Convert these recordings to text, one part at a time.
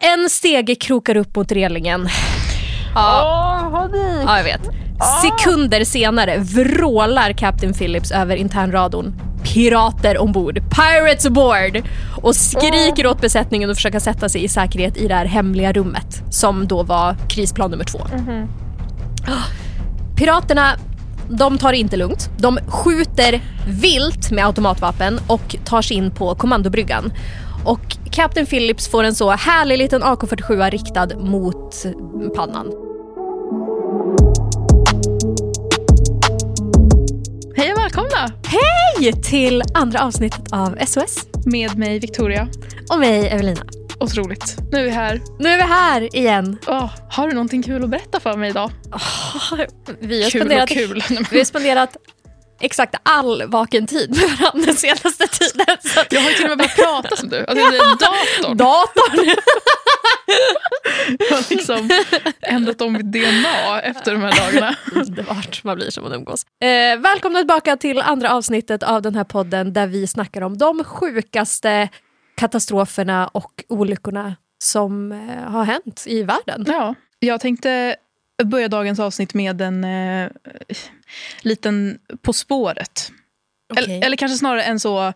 En stege krokar upp mot relingen. Ja, jag vet. Sekunder senare vrålar Captain Phillips över internradion: pirater ombord, pirates aboard, och skriker åt besättningen att försöka sätta sig i säkerhet i det här hemliga rummet som då var krisplan nummer 2. Piraterna, de tar det inte lugnt. De skjuter vilt med automatvapen och tar sig in på kommandobryggan. Och Captain Phillips får en så härlig liten AK-47 riktad mot pannan. Hej och välkomna! Hej till andra avsnittet av SOS. Med mig Victoria. Och mig Evelina. Otroligt. Nu är vi här. Nu är vi här igen. Har du någonting kul att berätta för mig idag? Vi har spenderat exakt all vaken tid med varandra den senaste tiden. Så jag har ju till och med börjat prata som du. Alltså det är datorn. Jag har liksom ändrat om mitt DNA efter de här dagarna. Underbart, man blir som man umgås. Välkomna tillbaka till andra avsnittet av den här podden där vi snackar om de sjukaste katastroferna och olyckorna som har hänt i världen. Ja, jag tänkte börja dagens avsnitt med en liten På spåret. Okay. Eller kanske snarare en så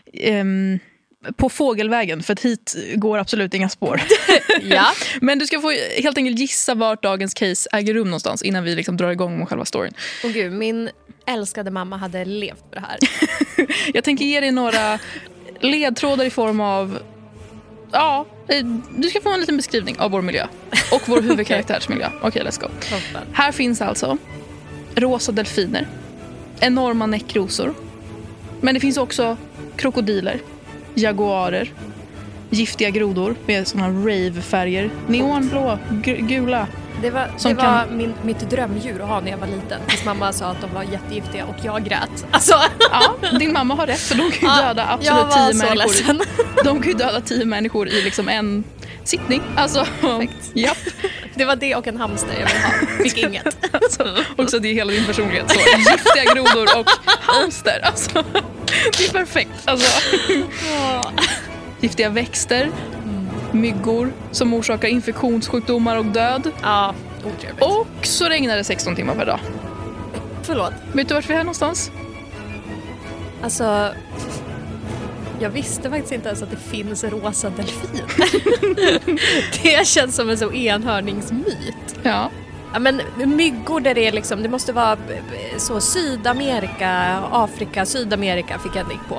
på fågelvägen, för att hit går absolut inga spår. Ja. Men du ska få helt enkelt gissa vart dagens case äger rum någonstans innan vi liksom drar igång med själva storyn. Åh gud, min älskade mamma hade levt på det här. Jag tänker ge dig några ledtrådar i form av... Ja, du ska få en liten beskrivning av vår miljö och vår huvudkaraktärsmiljö. Okej, let's go. Toppen. Här finns alltså rosa delfiner, enorma näckrosor, men det finns också krokodiler, jaguarer, giftiga grodor med såna rave-färger, neonblå, gula. Det var mitt drömdjur att ha när jag var liten. Tills mamma sa att de var jättegiftiga och jag grät. Alltså. Ja, din mamma har rätt, för de kan ju döda absolut 10 människor. Ledsen. De kan ju döda 10 människor i liksom en sittning. Alltså, japp. Det var det och en hamster jag ville ha. Fick inget. Alltså, också det är hela din personlighet. Så, giftiga grodor och hamster. Alltså, det är perfekt. Alltså. Giftiga växter. Myggor som orsakar infektionssjukdomar och död. Ja, otrevligt. Och så regnar det 16 timmar per dag. Förlåt. Vet du vart vi är någonstans? Alltså, jag visste faktiskt inte ens att det finns rosa delfiner. Det känns som en så enhörningsmyt. Ja. Ja, men myggor där det är liksom, det måste vara så Sydamerika, Afrika, Sydamerika fick jag nick på.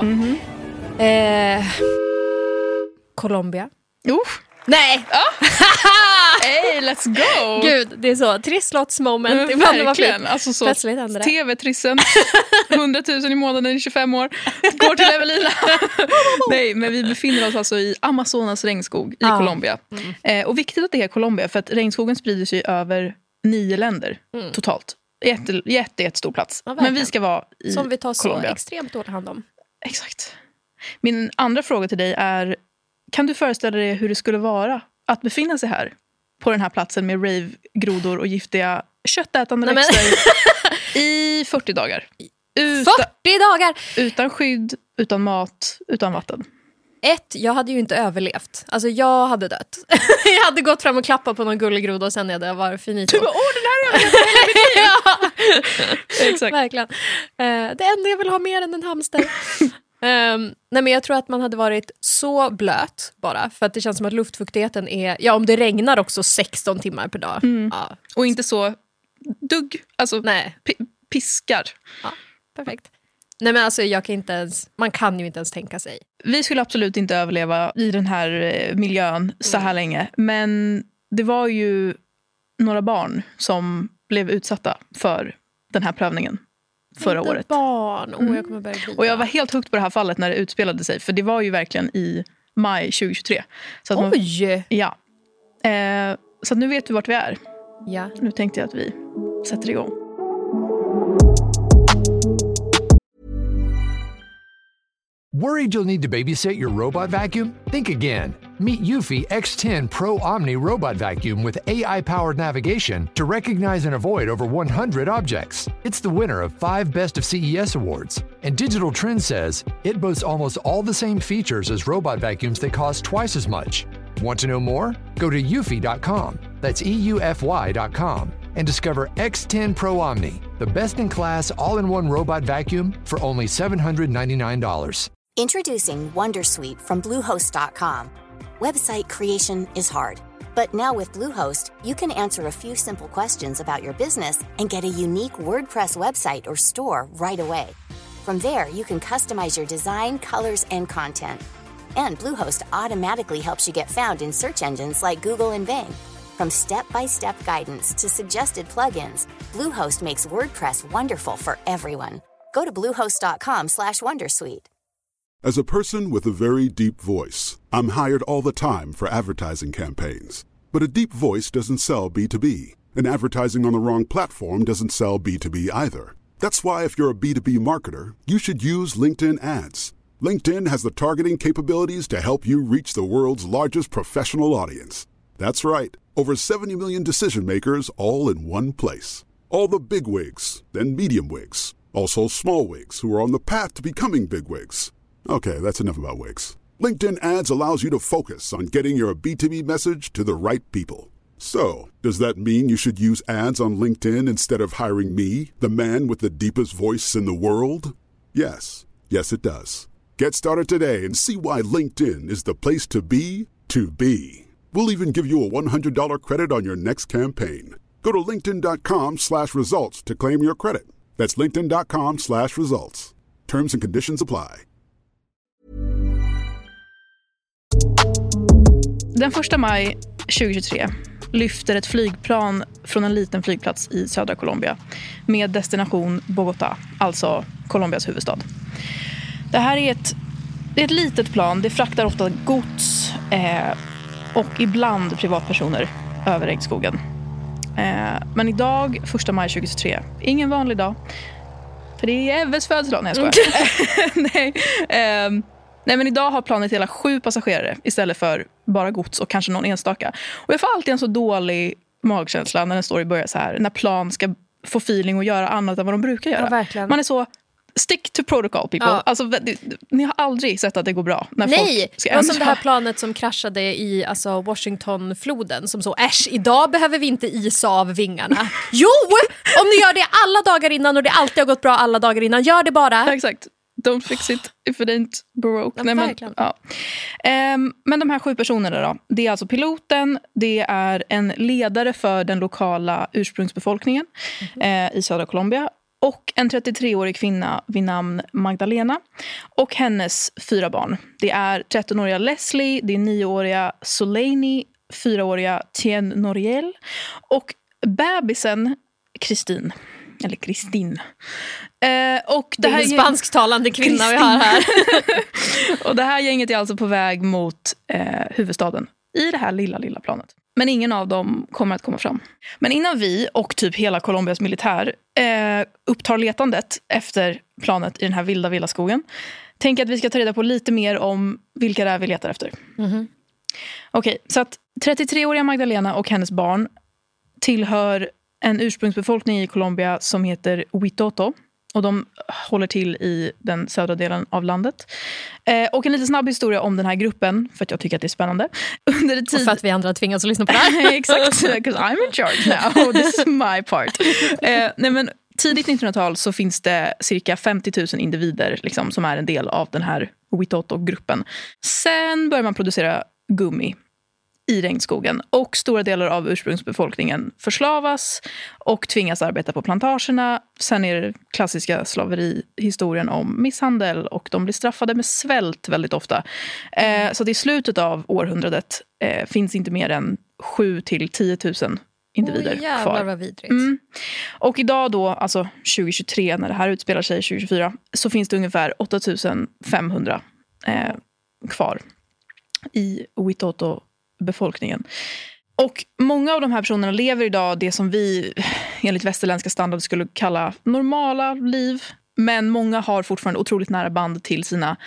Colombia. Nej! Hey, let's go! Gud, det är så trisslottsmoment. Verkligen, alltså så TV-trissen 100 000 i månaden i 25 år går till Evelina. Nej, men vi befinner oss alltså i Amazonas regnskog i Colombia. Och viktigt att det är Colombia, för att regnskogen sprider sig över 9 länder totalt. Jättestor plats. Ja, men vi ska vara i som vi tar Colombia. Så extremt dåligt hand om. Exakt. Min andra fråga till dig är: kan du föreställa dig hur det skulle vara att befinna sig här på den här platsen med rave-grodor och giftiga köttätande växter i 40 dagar? 40 dagar! Utan skydd, utan mat, utan vatten. Jag hade ju inte överlevt. Alltså jag hade dött. Jag hade gått fram och klappat på någon gullig groda och sen hade jag varit finito. Du bara, den här är jag. Ja. Exakt. Verkligen. Det enda jag vill ha mer än en hamster. Nej, men jag tror att man hade varit så blöt bara, för att det känns som att luftfuktigheten är, ja, om det regnar också 16 timmar per dag. Ja. Och inte så dugg, alltså nej. Piskar. Ja, perfekt. Nej, men alltså man kan ju inte ens tänka sig. Vi skulle absolut inte överleva i den här miljön så här länge, men det var ju några barn som blev utsatta för den här prövningen förra året. Barn. Jag kommer börja och jag var helt hooked på det här fallet när det utspelade sig, för det var ju verkligen i maj 2023. Så att ja. Så att nu vet vi vart vi är. Ja. Nu tänkte jag att vi sätter igång. Worried you'll need to babysit your robot vacuum? Think again. Meet Eufy X10 Pro Omni Robot Vacuum with AI-powered navigation to recognize and avoid over 100 objects. It's the winner of 5 Best of CES awards. And Digital Trends says it boasts almost all the same features as robot vacuums that cost twice as much. Want to know more? Go to eufy.com. That's EUFY.com. And discover X10 Pro Omni, the best-in-class all-in-one robot vacuum for only $799. Introducing Wondersuite from Bluehost.com. Website creation is hard, but now with Bluehost, you can answer a few simple questions about your business and get a unique WordPress website or store right away. From there, you can customize your design, colors, and content. And Bluehost automatically helps you get found in search engines like Google and Bing. From step-by-step guidance to suggested plugins, Bluehost makes WordPress wonderful for everyone. Go to bluehost.com/wondersuite. As a person with a very deep voice, I'm hired all the time for advertising campaigns. But a deep voice doesn't sell B2B, and advertising on the wrong platform doesn't sell B2B either. That's why if you're a B2B marketer, you should use LinkedIn ads. LinkedIn has the targeting capabilities to help you reach the world's largest professional audience. That's right. Over 70 million decision makers all in one place. All the big wigs, then medium wigs. Also small wigs who are on the path to becoming big wigs. Okay, that's enough about wigs. LinkedIn ads allows you to focus on getting your B2B message to the right people. So, does that mean you should use ads on LinkedIn instead of hiring me, the man with the deepest voice in the world? Yes. Yes, it does. Get started today and see why LinkedIn is the place to be to be. We'll even give you a $100 credit on your next campaign. Go to linkedin.com/results to claim your credit. That's linkedin.com/results. Terms and conditions apply. Den 1 maj 2023 lyfter ett flygplan från en liten flygplats i södra Colombia med destination Bogotá, alltså Colombias huvudstad. Det här är ett litet plan. Det fraktar ofta gods och ibland privatpersoner över regnskogen. Men idag, 1 maj 2023, ingen vanlig dag. För det är Eves födelsedag. Nej, jag skojar. Nej, men idag har planet hela 7 passagerare istället för bara gods och kanske någon enstaka. Och jag får alltid en så dålig magkänsla när den står i början så här. När plan ska få feeling och göra annat än vad de brukar göra. Ja, verkligen. Man är så... Stick to protocol, people. Ja. Alltså, ni har aldrig sett att det går bra när folk ska ändra. Det var som det här planet som kraschade i Washingtonfloden. Som så, idag behöver vi inte isa av vingarna. Jo! Om ni gör det alla dagar innan och det alltid har gått bra alla dagar innan, gör det bara. Ja, exakt. Don't fix it if it ain't broke. Ja, men de här 7 personerna då, det är alltså piloten, det är en ledare för den lokala ursprungsbefolkningen i södra Colombia och en 33-årig kvinna vid namn Magdalena och hennes 4 barn. Det är 13-åriga Leslie, det är 9-åriga Soleini, 4-åriga Tien Noriel och bebisen Christine. Eller Kristin. Och det här är en spansktalande kvinna vi har här. Och det här gänget är alltså på väg mot huvudstaden i det här lilla planet. Men ingen av dem kommer att komma fram. Men innan vi och typ hela Colombias militär upptar letandet efter planet i den här vilda skogen, tänker att vi ska ta reda på lite mer om vilka det är vi letar efter. Okej, så att 33-åriga Magdalena och hennes barn tillhör en ursprungsbefolkning i Colombia som heter Huitoto. Och de håller till i den södra delen av landet. Och en lite snabb historia om den här gruppen, för att jag tycker att det är spännande. Och för att vi andra tvingas att lyssna på det här. Exakt, because I'm in charge now. This is my part. Nej, men tidigt 1900-tal så finns det cirka 50 000 individer liksom, som är en del av den här Huitoto-gruppen. Sen börjar man producera gummi i regnskogen och stora delar av ursprungsbefolkningen förslavas och tvingas arbeta på plantagerna. Sen är det klassiska slaverihistorien om misshandel och de blir straffade med svält väldigt ofta. Så det i slutet av århundradet finns inte mer än 7 till 10 000 individer kvar. Vad vidrigt. Och idag då, alltså 2023 när det här utspelar sig 2024, så finns det ungefär 8 500 kvar i Huitoto-befolkningen. Och många av de här personerna lever idag det som vi enligt västerländska standard skulle kalla normala liv. Men många har fortfarande otroligt nära band till sina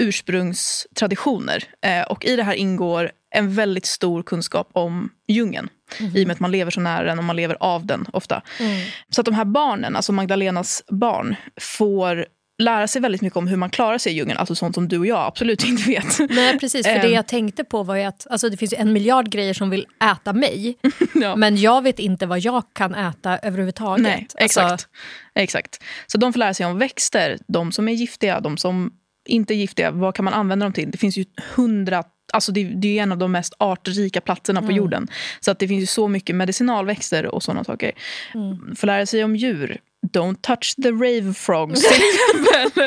ursprungstraditioner. Och i det här ingår en väldigt stor kunskap om djungeln. I och med att man lever så nära den och man lever av den ofta. Så att de här barnen, alltså Magdalenas barn, får lära sig väldigt mycket om hur man klarar sig i djungeln. Alltså sånt som du och jag absolut inte vet. Nej, precis. För det jag tänkte på var ju att alltså, det finns ju 1 miljard grejer som vill äta mig. Ja. Men jag vet inte vad jag kan äta överhuvudtaget. Nej, exakt. Så de får lära sig om växter. De som är giftiga, de som inte är giftiga. Vad kan man använda dem till? Det finns ju 100... Alltså det är ju en av de mest artrika platserna på jorden. Så att det finns ju så mycket medicinalväxter och sådana saker. Får lära sig om djur. Don't touch the rave frogs till exempel.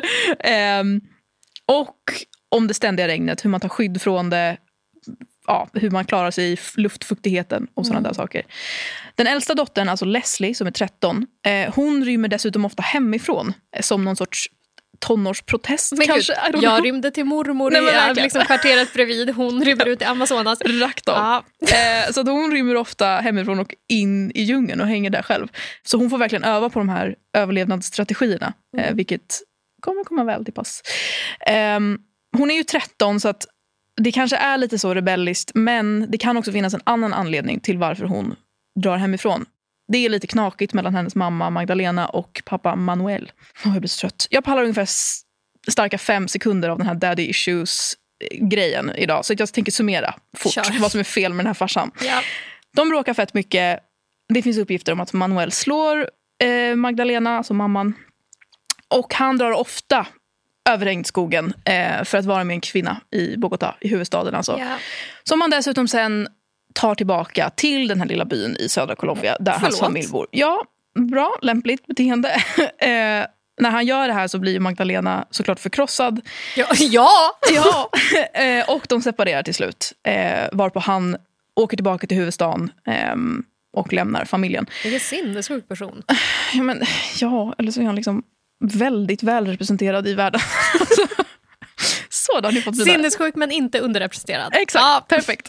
Och om det ständiga regnet, hur man tar skydd från det, hur man klarar sig i luftfuktigheten och sådana där saker. Den äldsta dottern, alltså Leslie som är 13, hon rymmer dessutom ofta hemifrån som någon sorts tonårsprotest. Men kanske. Gud, jag rymde till mormor i liksom kvarteret bredvid. Hon rymmer ut i Amazonas. Rakt av. Så att hon rymmer ofta hemifrån och in i djungeln och hänger där själv. Så hon får verkligen öva på de här överlevnadsstrategierna. Vilket kommer komma väl till pass. Hon är ju 13 så att det kanske är lite så rebelliskt. Men det kan också finnas en annan anledning till varför hon drar hemifrån. Det är lite knakigt mellan hennes mamma Magdalena och pappa Manuel. Jag blir så trött. Jag pallar ungefär starka 5 sekunder av den här daddy issues-grejen idag. Så jag tänker summera fort vad som är fel med den här farsan. Ja. De bråkar fett mycket. Det finns uppgifter om att Manuel slår Magdalena, alltså mamman. Och han drar ofta över regnskogen för att vara med en kvinna i Bogotá, i huvudstaden alltså. Ja. Som man dessutom sen tar tillbaka till den här lilla byn i södra Colombia där hans familj bor. Ja, bra, lämpligt beteende. När han gör det här så blir ju Magdalena såklart förkrossad. Ja. Och de separerar till slut. Varpå han åker tillbaka till huvudstaden och lämnar familjen. Det är sinnessjuk person. Eller så är han liksom väldigt välrepresenterad i världen. Sådan, sinnessjuk men inte underrepresenterad. Exakt, perfekt.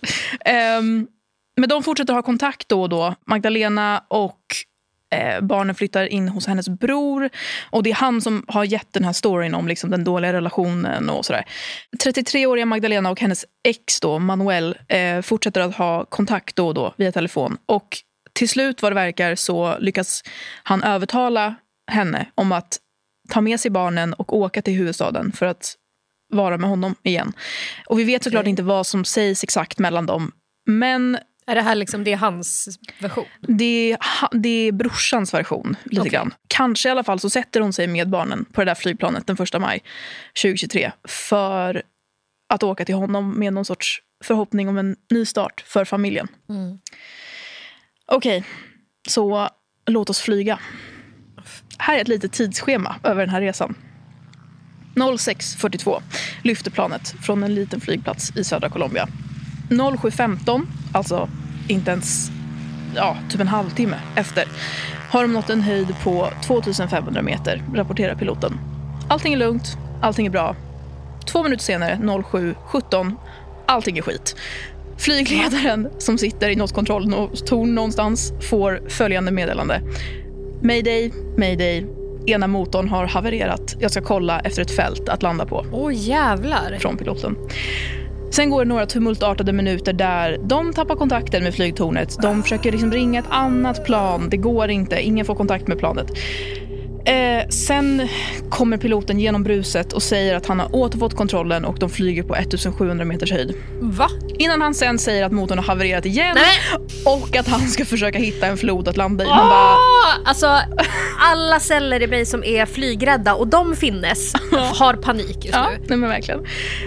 Men de fortsätter ha kontakt då och då. Magdalena och barnen flyttar in hos hennes bror. Och det är han som har gett den här storyn om liksom den dåliga relationen och sådär. 33-åriga Magdalena och hennes ex då, Manuel, fortsätter att ha kontakt då och då via telefon. Och till slut vad det verkar så lyckas han övertala henne om att ta med sig barnen och åka till huvudstaden för att vara med honom igen. Och vi vet såklart inte vad som sägs exakt mellan dem. Men är det här liksom, det är hans version? Det är brorsans version lite grann. Kanske i alla fall så sätter hon sig med barnen på det där flygplanet den 1 maj 2023 för att åka till honom med någon sorts förhoppning om en ny start för familjen. Okej, så låt oss flyga. Här är ett litet tidsschema över den här resan. 06:42 lyfter planet från en liten flygplats i södra Colombia. 07:15, alltså inte ens typ en halvtimme efter, har de nått en höjd på 2500 meter, rapporterar piloten. Allting är lugnt, allting är bra. 2 minuter senare, 07:17, allting är skit. Flygledaren som sitter i något kontrolltorn någonstans får följande meddelande. Mayday, mayday. Ena motorn har havererat. Jag ska kolla efter ett fält att landa på. Jävlar. Från piloten. Sen går det några tumultartade minuter där de tappar kontakten med flygtornet. De försöker liksom ringa ett annat plan. Det går inte. Ingen får kontakt med planet. Sen kommer piloten genom bruset och säger att han har återfått kontrollen och de flyger på 1700 meters höjd. Va? Innan han sen säger att motorn har havererat igen. Och att han ska försöka hitta en flod att landa i. Alltså, alla celler i mig som är flygrädda och de finnes har panik just nu. Nej men verkligen.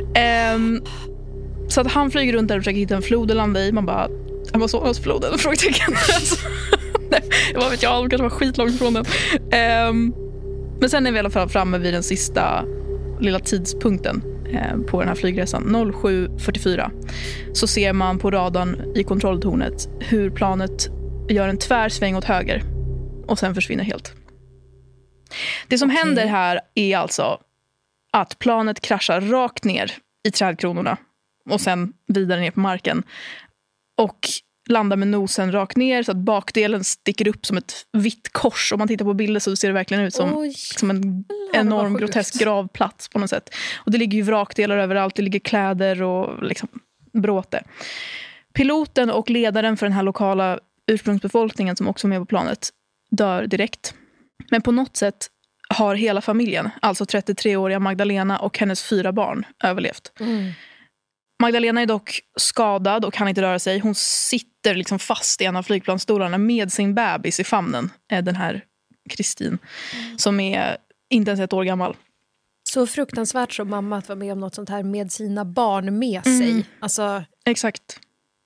Så att han flyger runt där och försöker hitta en flod att landa i. Man bara, han var så hos floden. Frågetecken. Jag vet jag, de kanske var skitlångt från den. Men sen är vi i alla fall framme vid den sista lilla tidspunkten på den här flygresan. 07:44 så ser man på radarn i kontrolltornet hur planet gör en tvärsväng åt höger och sen försvinner helt. Det som händer här är alltså att planet kraschar rakt ner i trädkronorna och sen vidare ner på marken och landar med nosen rakt ner så att bakdelen sticker upp som ett vitt kors. Om man tittar på bilder så ser det verkligen ut som en enorm grotesk gravplats på något sätt. Och det ligger ju vrakdelar överallt, det ligger kläder och liksom bråte. Piloten och ledaren för den här lokala ursprungsbefolkningen som också är med på planet dör direkt. Men på något sätt har hela familjen, alltså 33-åriga Magdalena och hennes 4 barn, överlevt. Magdalena är dock skadad och kan inte röra sig. Hon sitter liksom fast i en av flygplansstolarna med sin bebis i famnen. Den här Kristin, som är inte ens 1 år gammal. Så fruktansvärt som mamma att vara med om något sånt här med sina barn med sig. Alltså... Exakt.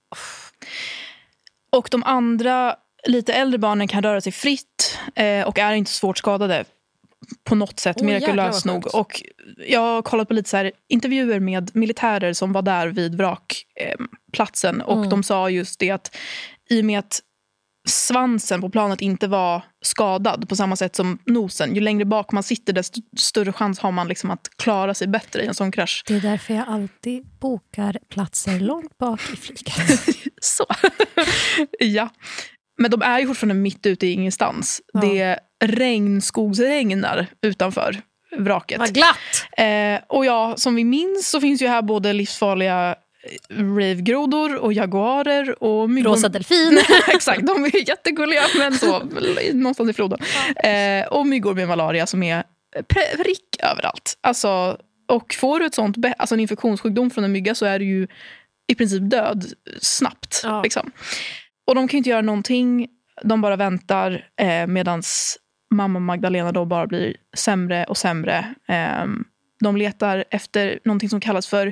Och de andra lite äldre barnen kan röra sig fritt och är inte svårt skadade på något sätt, mirakulöst nog. Och jag har kollat på lite så här intervjuer med militärer som var där vid vrakplatsen och de sa just det att i och med att svansen på planet inte var skadad på samma sätt som nosen, ju längre bak man sitter desto större chans har man liksom att klara sig bättre i en sån krasch. Det är därför jag alltid bokar platser långt bak i flyget. Så. Ja. Men de är ju fortfarande mitt ute i ingenstans. Ja. Det regnskogsregnar utanför vraket. Vad glatt! Och ja, som vi minns så finns ju här både livsfarliga ravegrodor och jaguarer och myggor. Rosa delfin. Exakt, de är jättegulliga men så någonstans i floden. Och myggor med malaria som är prick överallt. Alltså, och får du ett sånt, alltså en infektionssjukdom från en mygga så är du ju i princip död snabbt. Ja. Liksom. Och de kan ju inte göra någonting. De bara väntar medans mamma Magdalena då bara blir sämre och sämre. De letar efter någonting som kallas för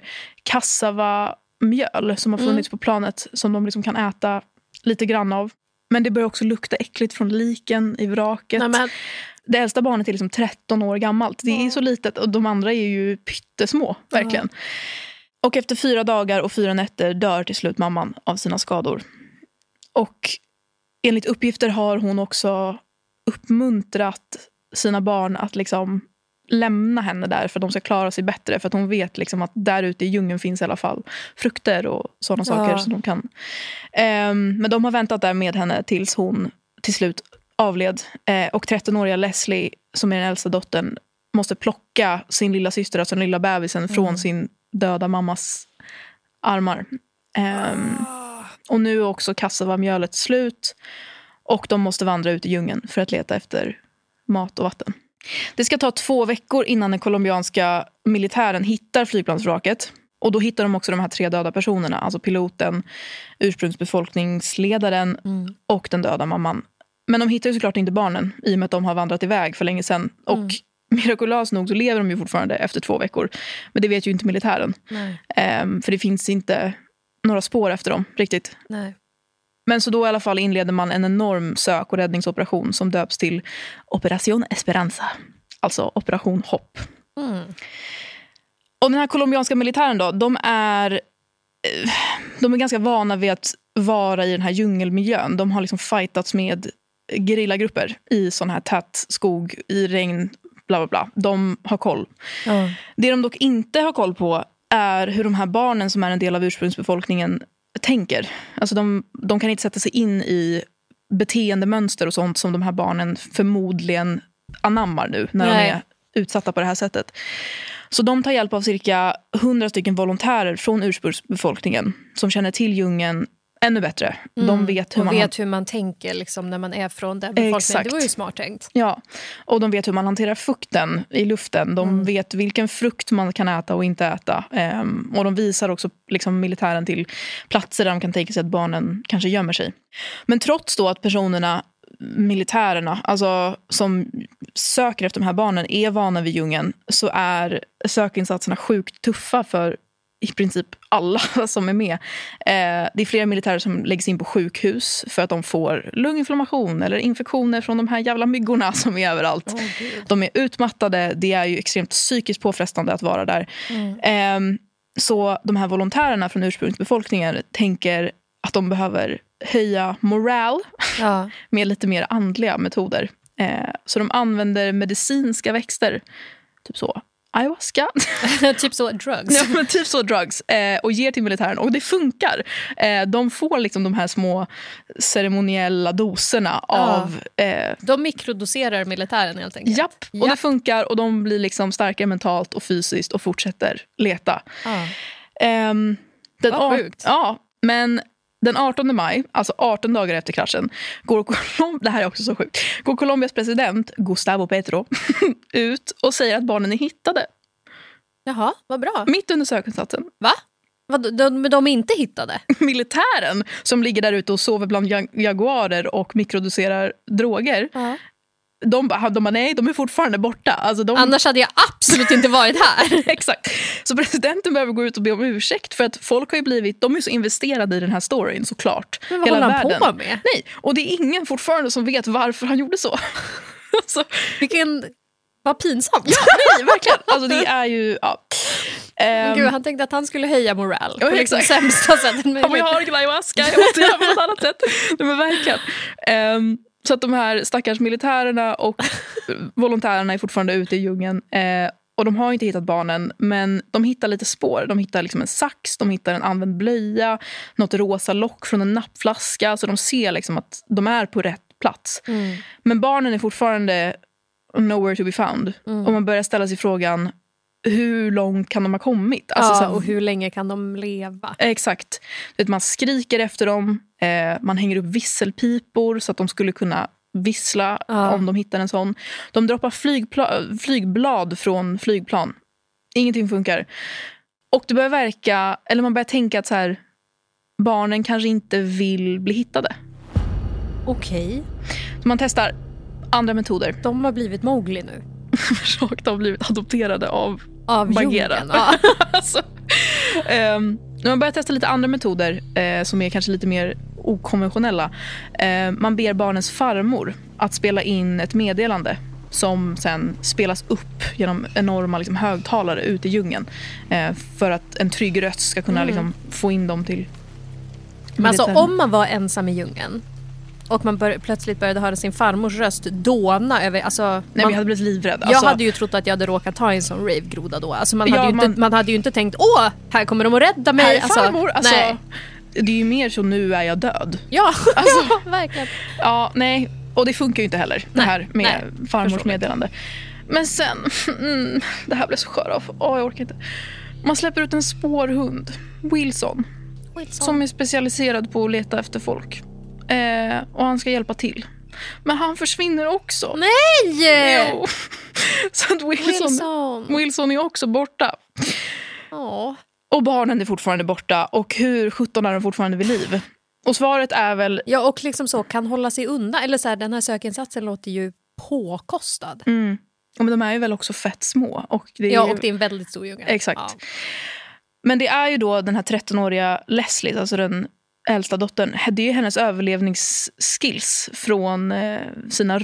kassavamjöl som har funnits på planet som de liksom kan äta lite grann av. Men det börjar också lukta äckligt från liken i vraket. Nämen. Det äldsta barnet är liksom 13 år gammalt. Det är så litet och de andra är ju pyttesmå, verkligen. Och efter 4 dagar och 4 nätter dör till slut mamman av sina skador. Och enligt uppgifter har hon också uppmuntrat sina barn att liksom lämna henne där för att de ska klara sig bättre. För att hon vet liksom att där ute i djungeln finns i alla fall frukter och sådana saker som de kan. Men de har väntat där med henne tills hon till slut avled. Och 13-åriga Leslie, som är den äldsta dottern, måste plocka sin lilla syster, alltså den lilla bebisen, från sin döda mammas armar. Och nu är också kassavamjölet slut. Och de måste vandra ut i djungeln för att leta efter mat och vatten. Det ska ta 2 veckor innan den colombianska militären hittar flygplansvraket. Och då hittar de också de här 3 döda personerna. Alltså piloten, ursprungsbefolkningsledaren och den döda mamman. Men de hittar ju såklart inte barnen i och med att de har vandrat iväg för länge sedan. Och mirakulöst nog så lever de ju fortfarande efter 2 veckor. Men det vet ju inte militären. För det finns inte några spår efter dem riktigt. Nej. Men så då i alla fall inleder man en enorm sök- och räddningsoperation som döps till Operation Esperanza. Alltså Operation Hopp. Och den här colombianska militären då, de är ganska vana vid att vara i den här djungelmiljön. De har liksom fightats med gerillagrupper i sån här tät skog, i regn, bla bla bla. De har koll. Det de dock inte har koll på är hur de här barnen som är en del av ursprungsbefolkningen tänker. Alltså de kan inte sätta sig in i beteendemönster och sånt som de här barnen förmodligen anammar nu när de är utsatta på det här sättet. Så de tar hjälp av cirka 100 stycken volontärer från ursprungsbefolkningen som känner till djungeln ännu bättre. De vet hur man tänker liksom, när man är från den befolkningen. Exakt. Det var ju smart tänkt. Ja, och de vet hur man hanterar fukten i luften. De vet vilken frukt man kan äta och inte äta. Och de visar också liksom, militären till platser där de kan tänka sig att barnen kanske gömmer sig. Men trots då att militärerna, alltså som söker efter de här barnen, är vana vid djungeln, så är sökinsatserna sjukt tuffa för i princip alla som är med. Det är flera militärer som läggs in på sjukhus för att de får lunginflammation eller infektioner från de här jävla myggorna som är överallt. De är utmattade, det är ju extremt psykiskt påfrestande att vara där. Så de här volontärerna från ursprungsbefolkningen tänker att de behöver höja moral med lite mer andliga metoder. Så de använder medicinska växter, typ så ayahuasca. Typ så drugs. Ja, men typ så drugs. Och ger till militären. Och det funkar. De får liksom de här små ceremoniella doserna av... De mikrodoserar militären helt enkelt. Japp, och det funkar. Och de blir liksom starkare mentalt och fysiskt och fortsätter leta. Vad sjukt. Ja, men Den 18 maj, alltså 18 dagar efter kraschen, det här är också så sjukt, går Colombias president Gustavo Petro ut och säger att barnen är hittade. Jaha, vad bra. Mitt under sökinsatsen. Va? De är inte hittade? Militären som ligger där ute och sover bland jaguarer och mikrodoserar droger. De bara, nej, de är fortfarande borta. Alltså annars hade jag absolut inte varit här. Exakt. Så presidenten behöver gå ut och be om ursäkt för att folk har ju blivit, de är så investerade i den här storyn såklart. Men vad håller han på med? Nej, och det är ingen fortfarande som vet varför han gjorde så. Alltså, vad pinsamt. Ja, nej, verkligen. Alltså det är ju, ja. Gud, han tänkte att han skulle höja moral på liksom sämsta sättet möjligt. Jag har ingen ayahuasca, jag måste göra på något annat sätt. Men verkligen. Så att de här stackars militärerna och volontärerna är fortfarande ute i djungeln. Och de har inte hittat barnen, men de hittar lite spår. De hittar liksom en sax, de hittar en använd blöja, något rosa lock från en nappflaska. Så de ser liksom att de är på rätt plats. Men barnen är fortfarande nowhere to be found. Och man börjar ställa sig frågan, hur långt kan de ha kommit? Alltså, så här, och hur länge kan de leva? Exakt. Man skriker efter dem, man hänger upp visselpipor så att de skulle kunna vissla om de hittar en sån. De droppar flygblad från flygplan. Ingenting funkar. Och det börjar verka, eller man börjar tänka att så här, barnen kanske inte vill bli hittade. Okej. Så man testar andra metoder. De har blivit Mowgli nu. De har blivit adopterade av Bagheera. Alltså, man börjar testa lite andra metoder som är kanske lite mer okonventionella. Man ber barnens farmor att spela in ett meddelande som sen spelas upp genom enorma liksom, högtalare ute i djungeln för att en trygg röst ska kunna liksom, få in dem till. Men alltså om man var ensam i djungeln och man plötsligt började höra sin farmors röst dåna över... Alltså, nej, jag hade blivit livrädd. Jag hade ju trott att jag hade råkat ta en sån rave-groda då. Alltså, man hade ju inte tänkt, här kommer de att rädda mig. Här är farmor. Alltså, nej. Det är ju mer så, nu är jag död. Ja, alltså, ja verkligen. Ja, nej. Och det funkar ju inte heller, det här med farmors meddelande. Men sen, det här blev så skör av. Jag orkar inte. Man släpper ut en spårhund, Wilson. Som är specialiserad på att leta efter folk. Och han ska hjälpa till. Men han försvinner också. Nej! Jo. Så att Wilson är också borta. Och barnen är fortfarande borta. Och hur 17 är de fortfarande vid liv? Och svaret är väl... Ja, och liksom så kan hålla sig undan. Eller så här, den här sökinsatsen låter ju påkostad. Men de är ju väl också fett små. Och det är och det är en väldigt stor djungel. Exakt. Ja. Men det är ju då den här 13-åriga Leslie, alltså den äldsta dottern. Det är ju hennes överlevningsskills från sina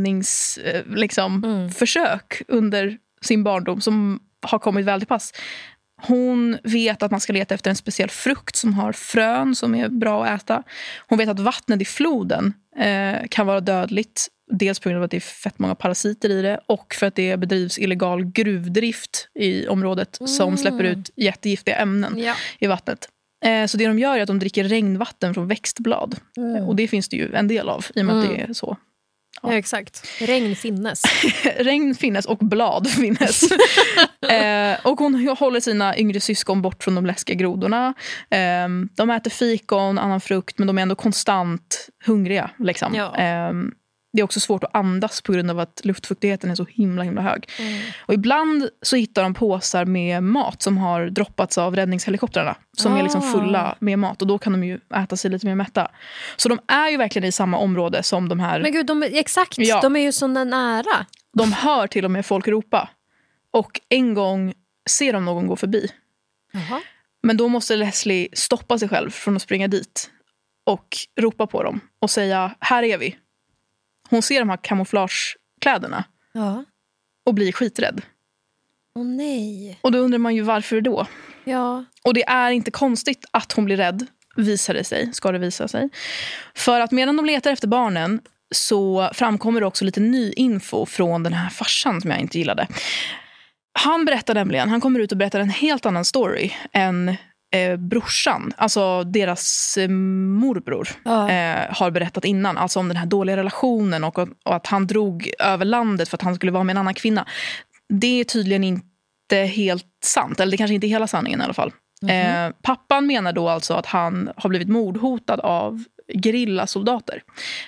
rymningsförsök under sin barndom som har kommit väl till pass. Hon vet att man ska leta efter en speciell frukt som har frön som är bra att äta. Hon vet att vattnet i floden kan vara dödligt. Dels på grund av att det är fett många parasiter i det och för att det bedrivs illegal gruvdrift i området som släpper ut jättegiftiga ämnen i vattnet. Så det de gör är att de dricker regnvatten från växtblad. Och det finns det ju en del av i och med att det är så. Ja, exakt. Regn finnes. Regn finnes och blad finnes. Och hon håller sina yngre syskon bort från de läskiga grodorna. De äter fikon, annan frukt, men de är ändå konstant hungriga. Liksom. Ja. Det är också svårt att andas på grund av att luftfuktigheten är så himla hög. Och ibland så hittar de påsar med mat som har droppats av räddningshelikoptrarna. Som är liksom fulla med mat. Och då kan de ju äta sig lite mer mätta. Så de är ju verkligen i samma område som de här... Men gud, exakt. Ja. De är ju så nära. De hör till och med folk ropa. Och en gång ser de någon gå förbi. Men då måste Leslie stoppa sig själv från att springa dit. Och ropa på dem. Och säga, här är vi. Hon ser de här kamouflagekläderna och blir skiträdd. Åh nej. Och då undrar man ju varför då. Ja. Och det är inte konstigt att hon blir rädd, ska det visa sig. För att medan de letar efter barnen så framkommer det också lite ny info från den här farsan som jag inte gillade. Han berättar nämligen, han kommer ut och berättar en helt annan story än brorsan, alltså deras morbror har berättat innan, alltså om den här dåliga relationen och att han drog över landet för att han skulle vara med en annan kvinna. Det är tydligen inte helt sant, eller det kanske inte är hela sanningen i alla fall. Pappan menar då alltså att han har blivit mordhotad av gerillasoldater.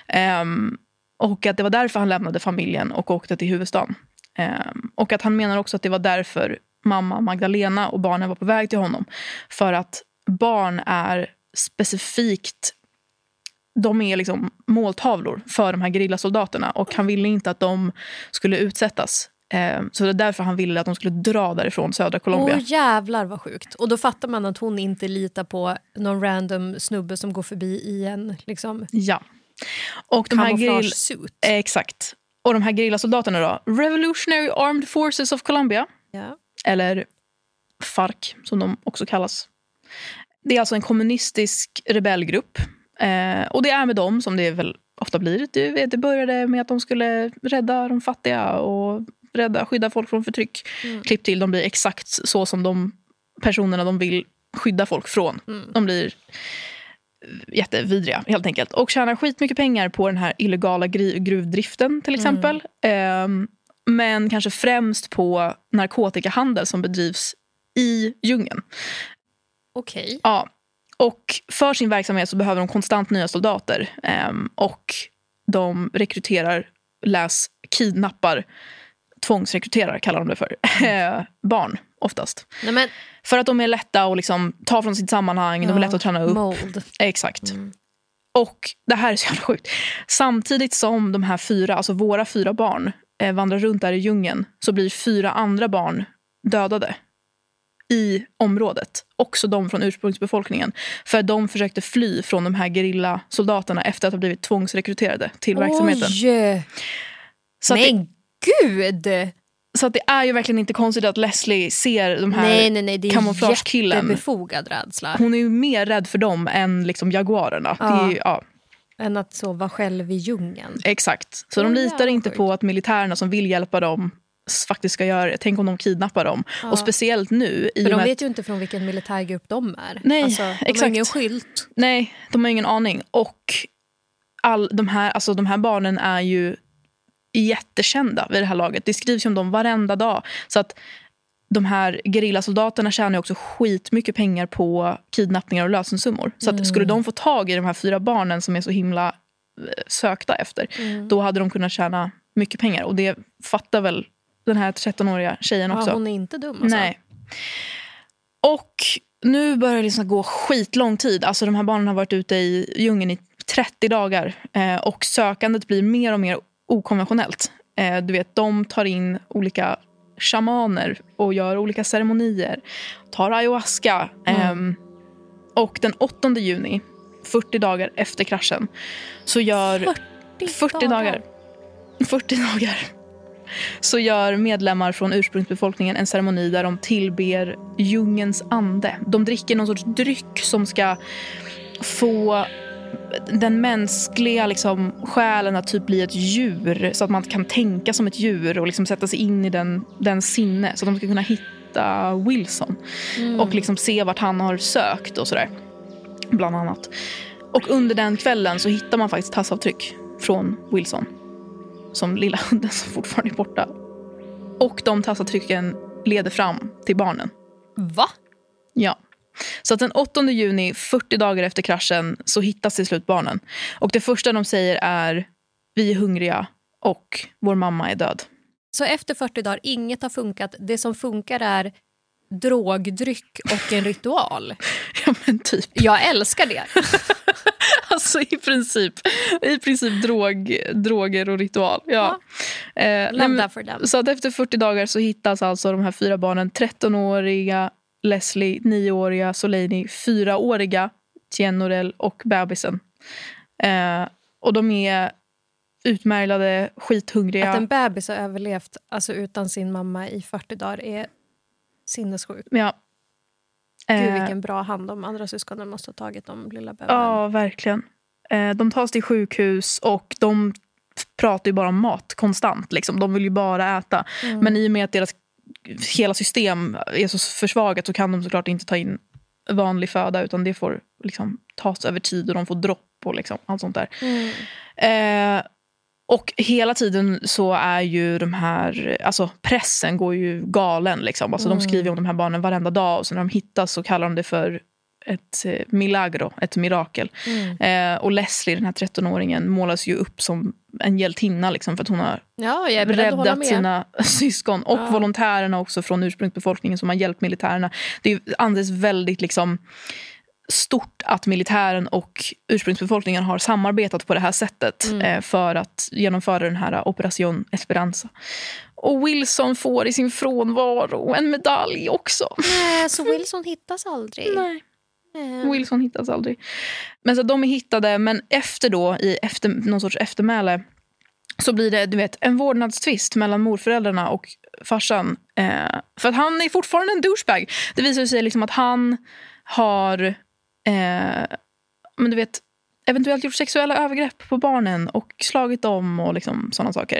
Och att det var därför han lämnade familjen och åkte till huvudstaden. Och att han menar också att det var därför mamma Magdalena och barnen var på väg till honom. För att barn är specifikt, de är liksom måltavlor för de här gerillasoldaterna. Och han ville inte att de skulle utsättas. Så det är därför han ville att de skulle dra därifrån södra Colombia. Jävlar vad sjukt. Och då fattar man att hon inte litar på någon random snubbe som går förbi i en liksom... Ja. Och de här exakt. Och de här gerillasoldaterna då, Revolutionary Armed Forces of Colombia. Ja. Eller FARC som de också kallas. Det är alltså en kommunistisk rebellgrupp. Och det är med dem som det väl ofta blir. Det började med att de skulle rädda de fattiga och skydda folk från förtryck. Klipp till, de blir exakt så som de personerna de vill skydda folk från. De blir jättevidriga helt enkelt. Och tjänar skitmycket pengar på den här illegala gruvdriften till exempel. Men kanske främst på narkotikahandel som bedrivs i djungeln. Okej. Ja. Och för sin verksamhet så behöver de konstant nya soldater. Och de rekryterar, kidnappar, tvångsrekryterar kallar de det för. Barn oftast. Nej, men... För att de är lätta att liksom ta från sitt sammanhang. De är lätta att träna upp. Mold. Exakt. Och det här är så jävla sjukt. Samtidigt som de här 4, alltså våra 4 barn vandrar runt där i djungeln, så blir 4 andra barn dödade i området. Också de från ursprungsbefolkningen. För de försökte fly från de här gerillasoldaterna efter att ha blivit tvångsrekryterade till verksamheten. Så men gud! Så att det är ju verkligen inte konstigt att Leslie ser de här kamouflagekillen. Det är jättebefogad rädsla. Hon är ju mer rädd för dem än liksom jaguarerna. Ja. Det är ju, än att sova själv i djungeln. Exakt. Så de litar inte på att militärerna som vill hjälpa dem faktiskt ska göra det. Tänk om de kidnappar dem. Ja. Och speciellt nu. För de vet ju inte från vilken militärgrupp de är. Nej, alltså, de har ingen skylt. Nej, de har ingen aning. Och de här barnen är ju jättekända vid det här laget. Det skrivs ju om dem varenda dag. Så att de här gerillasoldaterna tjänar ju också skitmycket pengar på kidnappningar och lösensummor. Så att skulle de få tag i de här 4 barnen som är så himla sökta efter, då hade de kunnat tjäna mycket pengar. Och det fattar väl den här 13-åriga tjejen också. Ja, hon är inte dum alltså. Nej. Och nu börjar det liksom gå skitlång tid. Alltså de här barnen har varit ute i djungeln i 30 dagar. Och sökandet blir mer och mer okonventionellt. Du vet, de tar in olika shamaner och gör olika ceremonier. Tar ayahuasca. Och den 8 juni, 40 dagar efter kraschen, så gör 40 dagar. Så gör medlemmar från ursprungsbefolkningen en ceremoni där de tillber djungens ande. De dricker någon sorts dryck som ska få den mänskliga liksom, själen att typ bli ett djur, så att man kan tänka som ett djur och liksom sätta sig in i den sinne, så att de ska kunna hitta Wilson och liksom se vart han har sökt och sådär, bland annat. Och under den kvällen så hittar man faktiskt tassavtryck från Wilson, som lilla hunden som fortfarande är borta. Och de tassavtrycken leder fram till barnen. Va? Ja. Så att den 8 juni, 40 dagar efter kraschen, så hittas till slut barnen. Och det första de säger är: vi är hungriga och vår mamma är död. Så efter 40 dagar, inget har funkat. Det som funkar är drogdryck och en ritual. Ja, men typ. Jag älskar det. Alltså i princip droger och ritual. Ja. Love that for them. Så att efter 40 dagar så hittas alltså de här 4 barnen: 13-åriga Leslie, 9-åriga Soleini, 4-åriga Tienorel och bebisen. Och de är utmärglade, skithungriga. Att en bebis har överlevt alltså utan sin mamma i 40 dagar är sinnessjukt. Ja. Gud, vilken bra hand de andra syskonen måste ha tagit om lilla bebisen. Ja, verkligen. De tas till sjukhus och de pratar ju bara om mat konstant. Liksom. De vill ju bara äta. Men i och med att deras hela system är så försvagat så kan de såklart inte ta in vanlig föda, utan det får liksom tas över tid och de får dropp och liksom allt sånt där. Och hela tiden så är ju de här, alltså pressen går ju galen liksom. Alltså de skriver om de här barnen varenda dag, och så när de hittas så kallar de det för ett milagro, ett mirakel. Och Leslie, den här 13-åringen, målas ju upp som en hjältinna liksom, för att hon har räddat sina syskon. Och volontärerna också från ursprungsbefolkningen som har hjälpt militärerna. Det är ju alldeles väldigt liksom stort att militären och ursprungsbefolkningen har samarbetat på det här sättet för att genomföra den här Operation Esperanza. Och Wilson får i sin frånvaro en medalj också. Nej, så Wilson hittas aldrig. Nej. Wilson hittas aldrig. Men så de är hittade, men efter då någon sorts eftermäle så blir det, du vet, en vårdnadstvist mellan morföräldrarna och farsan. För att han är fortfarande en douchebag. Det visar sig liksom att han har men du vet, eventuellt gjort sexuella övergrepp på barnen och slagit dem och liksom sådana saker.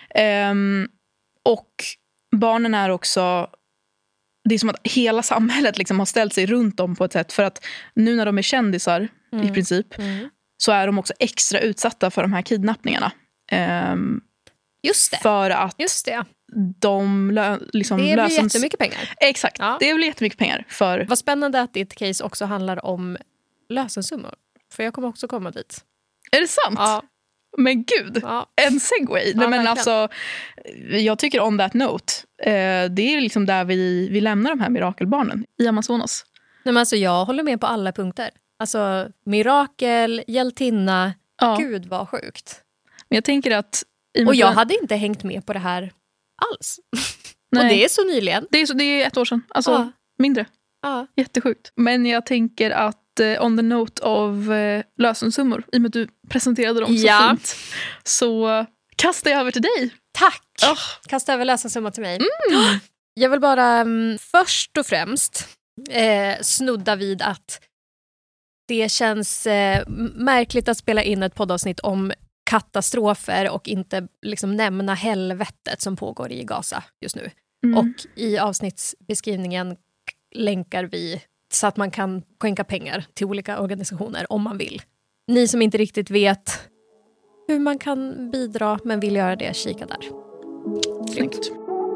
Och barnen är också, det är som att hela samhället liksom har ställt sig runt dem på ett sätt, för att nu när de är kändisar i princip så är de också extra utsatta för de här kidnappningarna. Just det. För att de liksom det blir jättemycket pengar. Exakt, det blir jättemycket pengar. Vad spännande att ditt case också handlar om lösensummor. För jag kommer också komma dit. Är det sant? Ja. Men gud, en segway. Nej, men alltså, jag tycker on that note, det är liksom där vi lämnar de här mirakelbarnen i Amazonas. Nej, men alltså, jag håller med på alla punkter. Alltså, mirakel, hjältinna, gud vad sjukt. Men jag tänker att... Och jag hade inte hängt med på det här alls. Nej. Och det är så nyligen. Det är 1 år sedan, alltså mindre. Jättesjukt. Men jag tänker att on the note of lösensummor, i och med att du presenterade dem så fint, så kastar jag över till dig. Tack! Kasta över lösensummor till mig. Jag vill bara först och främst snudda vid att det känns märkligt att spela in ett poddavsnitt om katastrofer och inte liksom nämna helvetet som pågår i Gaza just nu. Och i avsnittsbeskrivningen länkar vi så att man kan skänka pengar till olika organisationer om man vill. Ni som inte riktigt vet hur man kan bidra men vill göra det, kika där. Snyggt.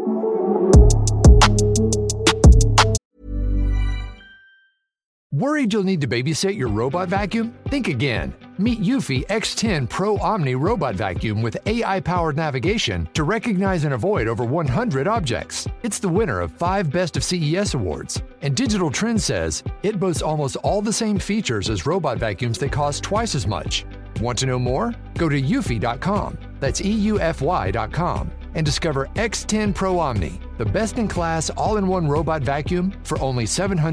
Worried you'll need to babysit your robot vacuum? Think again. Meet Eufy X10 Pro Omni Robot Vacuum with AI-powered navigation to recognize and avoid over 100 objects. It's the winner of 5 Best of CES awards. And Digital Trends says it boasts almost all the same features as robot vacuums that cost twice as much. Want to know more? Go to eufy.com. That's EUFY.com. And discover X10 Pro Omni, the best-in-class all-in-one robot vacuum for only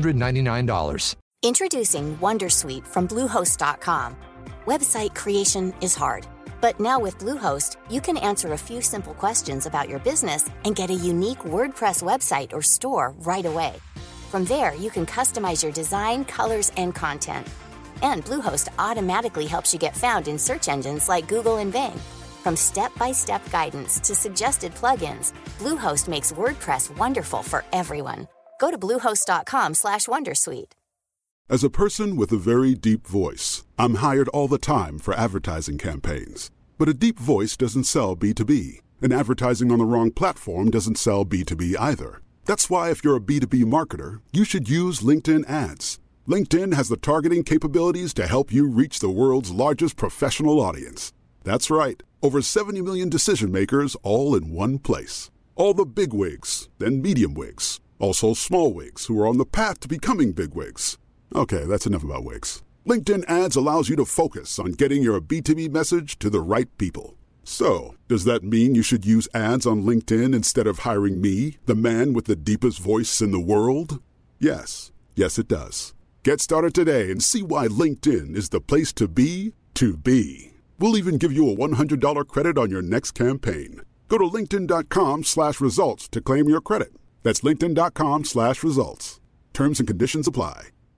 $799. Introducing Wondersuite from Bluehost.com. Website creation is hard, but now with Bluehost, you can answer a few simple questions about your business and get a unique WordPress website or store right away. From there, you can customize your design, colors, and content. And Bluehost automatically helps you get found in search engines like Google and Bing. From step-by-step guidance to suggested plugins, Bluehost makes WordPress wonderful for everyone. Go to bluehost.com/wondersuite. As a person with a very deep voice, I'm hired all the time for advertising campaigns. But a deep voice doesn't sell B2B, and advertising on the wrong platform doesn't sell B2B either. That's why if you're a B2B marketer, you should use LinkedIn ads. LinkedIn has the targeting capabilities to help you reach the world's largest professional audience. That's right. Over 70 million decision makers all in one place. All the big wigs, then medium wigs. Also small wigs who are on the path to becoming big wigs. Okay, that's enough about wigs. LinkedIn ads allows you to focus on getting your B2B message to the right people. So, does that mean you should use ads on LinkedIn instead of hiring me, the man with the deepest voice in the world? Yes. Yes, it does. Get started today and see why LinkedIn is the place to be to be. We'll even give you a $100 credit on your next campaign. Go to linkedin.com/results to claim your credit. That's linkedin.com/results. Terms and conditions apply.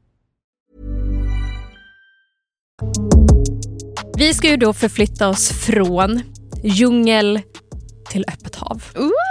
Vi ska ju då förflytta oss från djungel till öppet hav.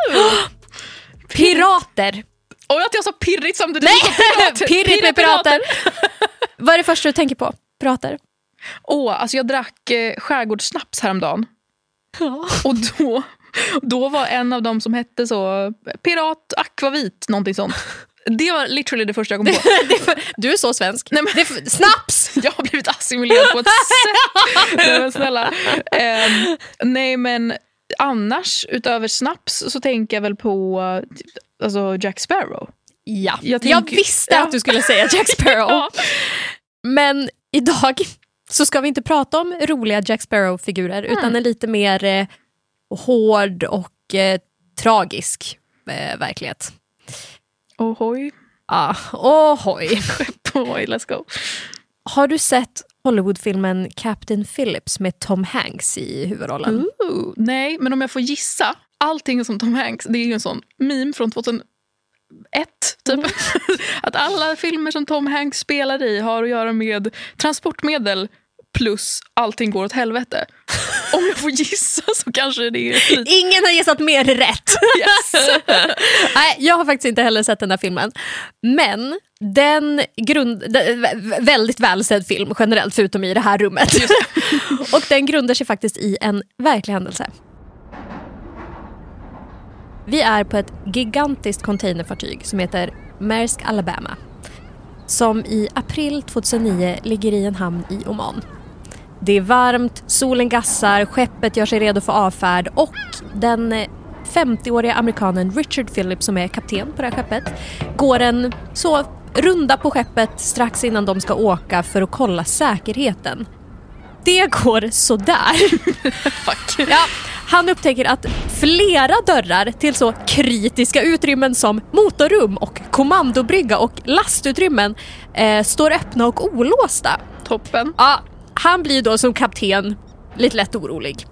Pirater! Och att jag sa pirrigt samtidigt. Nej, pirrigt med pirater. Vad är det första du tänker på? Pirater? Alltså jag drack skärgårdssnaps häromdagen. Och då var en av dem som hette så Pirat Akvavit, någonting sånt. Det var literally det första jag kom på. Du är så svensk. Nej, men, snaps! Jag har blivit assimilerad på ett sätt. Nej, men snälla. Nej, men annars utöver snaps så tänker jag väl på alltså Jack Sparrow. Ja, jag visste att du skulle säga Jack Sparrow. Ja. Men idag så ska vi inte prata om roliga Jack Sparrow-figurer utan en lite mer hård och tragisk verklighet. Ohoj. Ja, ohoj. Ohoj, let's go. Har du sett Hollywoodfilmen Captain Phillips med Tom Hanks i huvudrollen? Nej, men om jag får gissa, allting som Tom Hanks, det är ju en sån meme från 2001 typ. Att alla filmer som Tom Hanks spelar i har att göra med transportmedel plus allting går åt helvete. Om jag får gissa så kanske det är lite... Ingen har gissat mer rätt. Yes. Nej, jag har faktiskt inte heller sett den här filmen. Men den väldigt välsedd film generellt förutom i det här rummet. Och den grundar sig faktiskt i en verklig händelse. Vi är på ett gigantiskt containerfartyg som heter Maersk Alabama. Som i april 2009 ligger i en hamn i Oman. Det är varmt, solen gassar, skeppet gör sig redo för avfärd och den 50-åriga amerikanen Richard Phillips som är kapten på det här skeppet går en så runda på skeppet strax innan de ska åka för att kolla säkerheten. Det går sådär. Fuck. Ja, han upptäcker att flera dörrar till så kritiska utrymmen som motorrum och kommandobrygga och lastutrymmen står öppna och olåsta. Toppen. Ja, han blir då som kapten lite lätt orolig.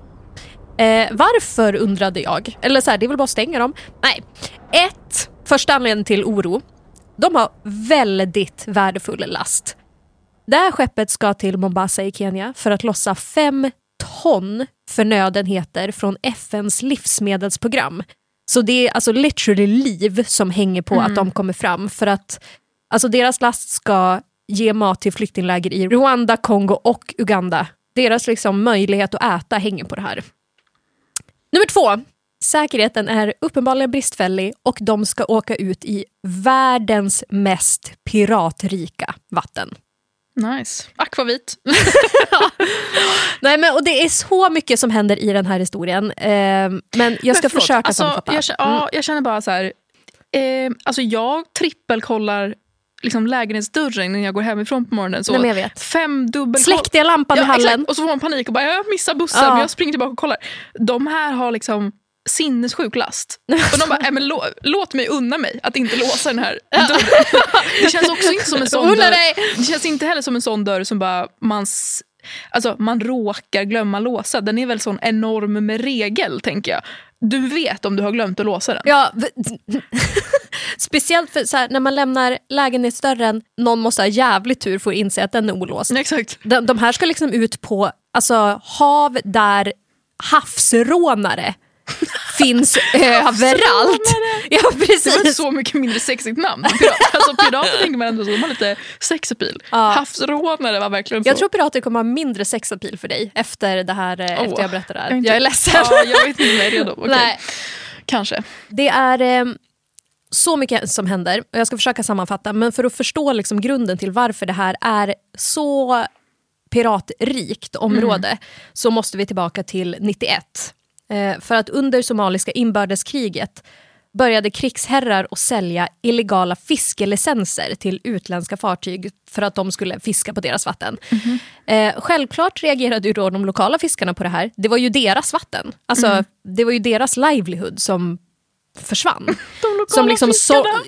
Varför undrade jag? Eller så här, det är väl bara att stänga dem? Nej. Första anledningen till oro. De har väldigt värdefull last. Det här skeppet ska till Mombasa i Kenya för att lossa 5 ton förnödenheter från FNs livsmedelsprogram. Så det är alltså literally liv som hänger på att de kommer fram. För att alltså deras last ska ge mat till flyktingläger i Rwanda, Kongo och Uganda. Deras liksom möjlighet att äta hänger på det här. Nummer 2. Säkerheten är uppenbarligen bristfällig och de ska åka ut i världens mest piratrika vatten. Nice. Akvavit. Nej, men och det är så mycket som händer i den här historien. Men jag ska försöka sammanfatta. Jag känner bara så här. Alltså jag trippelkollar liksom lägenhetsdörren när jag går hemifrån på morgonen. Så nej, men jag vet. 5 dubbel... Släckte jag lampan i hallen. Exakt. Och så får man panik och bara, jag missar bussen. Men jag springer tillbaka och kollar. De här har liksom sinnessjuk last. Och de bara, men låt mig unna mig att inte låsa den här dörren. Det känns också inte som en sån dörr. Det känns inte heller som en sån dörr som bara man råkar glömma låsa. Den är väl sån enorm med regel, tänker jag. Du vet om du har glömt att låsa den. Ja, speciellt för så här, när man lämnar lägenhetsdörren, någon måste ha jävligt tur för att inse att den är olåst. Exakt. De här ska liksom ut på hav där havsrånare finns överallt. Ja, precis. Det var så mycket mindre sexigt namn. Pirater tänker man ändå så, de har lite sexapil. Havsrånare var verkligen så. Jag tror pirater kommer ha mindre sexapil för dig efter det här, efter jag berättar det här. Jag är ledsen. Ja, jag vet inte om jag är redo. Okay. Nej. Kanske. Det är så mycket som händer och jag ska försöka sammanfatta, men för att förstå liksom grunden till varför det här är så piratrikt område så måste vi tillbaka till 91. För att under somaliska inbördeskriget började krigsherrar att sälja illegala fiskelicenser till utländska fartyg för att de skulle fiska på deras vatten. Självklart reagerade ju då de lokala fiskarna på det här. Det var ju deras vatten. Alltså, det var ju deras livelihood som försvann. De lokala som liksom fiskarna?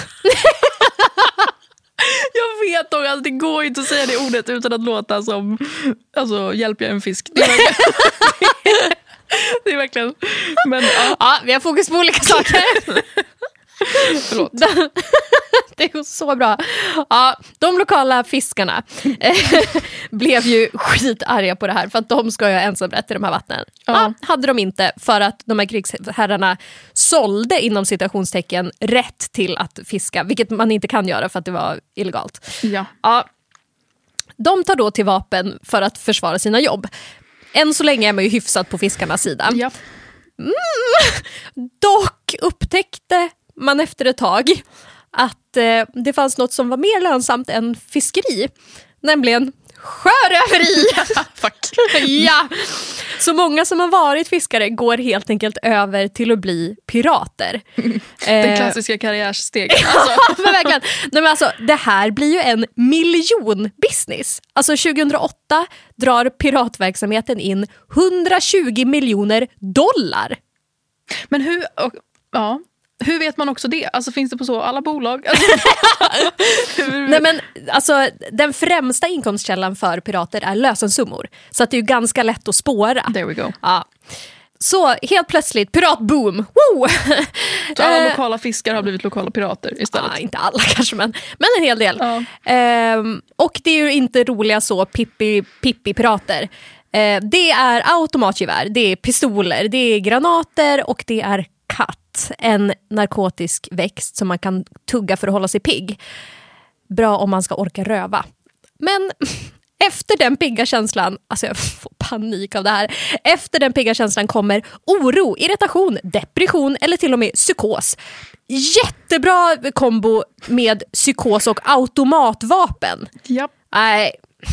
Jag vet dock att det går inte att säga det ordet utan att låta som hjälp jag en fisk. Det är verkligen. Men ja, vi har fokus på olika saker. Förlåt. Det går så bra. Ja, de lokala fiskarna blev ju skitarga på det här för att de ska ju ha ensamrätt i de här vattnen. Ja, hade de inte, för att de här krigsherrarna sålde inom citationstecken rätt till att fiska, vilket man inte kan göra för att det var illegalt. Ja. Ja. De tar då till vapen för att försvara sina jobb. än så länge är man ju hyfsat på fiskarnas sida. Ja. Dock upptäckte man efter ett tag att det fanns något som var mer lönsamt än fiskeri, nämligen sjöröveri. Fuck. Ja. Så många som har varit fiskare går helt enkelt över till att bli pirater. Den klassiska karriärstegen. Alltså. Men verkligen. Nej, men alltså, det här blir ju en miljonbusiness. Alltså 2008 drar piratverksamheten in $120 miljoner. Men hur vet man också det? Alltså finns det på så alla bolag? Nej, men alltså, den främsta inkomstkällan för pirater är lösensummor. Så att det är ju ganska lätt att spåra. There we go. Ja. Så helt plötsligt, piratboom. Woo! Så alla lokala fiskar har blivit lokala pirater istället? Ja, inte alla kanske, men en hel del. Ja. Och det är ju inte roliga så pippi-pirater. Det är automatgevär, det är pistoler, det är granater och det är katt. En narkotisk växt som man kan tugga för att hålla sig pigg. Bra om man ska orka röva. Men efter den pigga känslan, alltså jag får panik av det här. Efter den pigga känslan kommer oro, irritation, depression eller till och med psykos. Jättebra kombo med psykos och automatvapen. Japp. Nej.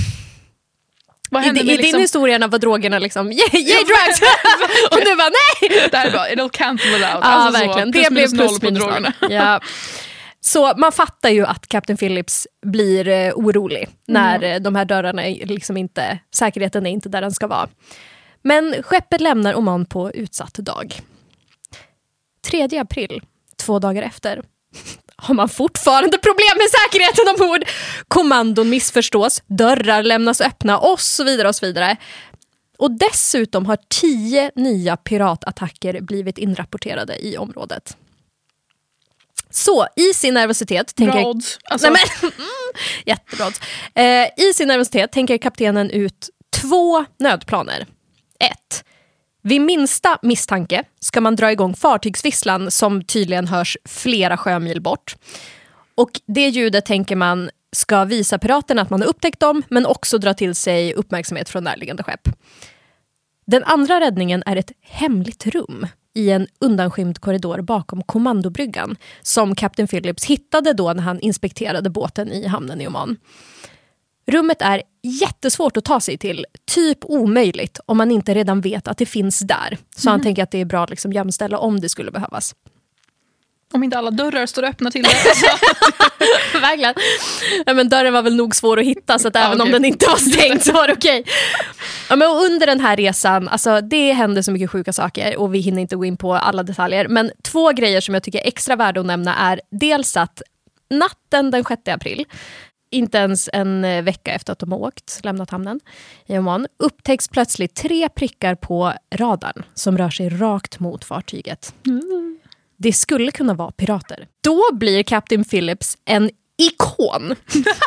I din historia var drogerna liksom yay drugs och du bara nej. Det här är bra, it'll cancel it out. Ja, alltså verkligen. Så, det blev plus minus på drogerna. Ja. Så man fattar ju att Captain Phillips blir orolig när de här dörrarna är liksom inte, säkerheten är inte där den ska vara. Men skeppet lämnar Oman på utsatt dag. 3 april, 2 dagar efter, har man fortfarande problem med säkerheten ombord. Kommandon missförstås, dörrar lämnas öppna och så vidare och så vidare. Och dessutom har 10 nya piratattacker blivit inrapporterade i området. Så i sin nervositet tänker... Alltså... Nej, men, jättebra. I sin nervositet tänker kaptenen ut 2 nödplaner. 1. Vid minsta misstanke ska man dra igång fartygsvisslan som tydligen hörs flera sjömil bort. Och det ljudet tänker man ska visa piraterna att man har upptäckt dem, men också dra till sig uppmärksamhet från närliggande skepp. Den andra räddningen är ett hemligt rum i en undanskymd korridor bakom kommandobryggan som Captain Phillips hittade då när han inspekterade båten i hamnen i Oman. Rummet är jättesvårt att ta sig till, typ omöjligt om man inte redan vet att det finns där. Så han tänker att det är bra att liksom jämställa om det skulle behövas. Om inte alla dörrar står öppna till det. Verkligen. Ja, men dörren var väl nog svår att hitta så att även om den inte var stängd så var det okej. Ja, men under den här resan, alltså det händer så mycket sjuka saker och vi hinner inte gå in på alla detaljer. Men 2 grejer som jag tycker är extra värda att nämna är dels att natten den 6 april, inte ens en vecka efter att de har lämnat hamnen i Oman, upptäcks plötsligt 3 prickar på radarn som rör sig rakt mot fartyget. Det skulle kunna vara pirater. Då blir Captain Phillips en ikon.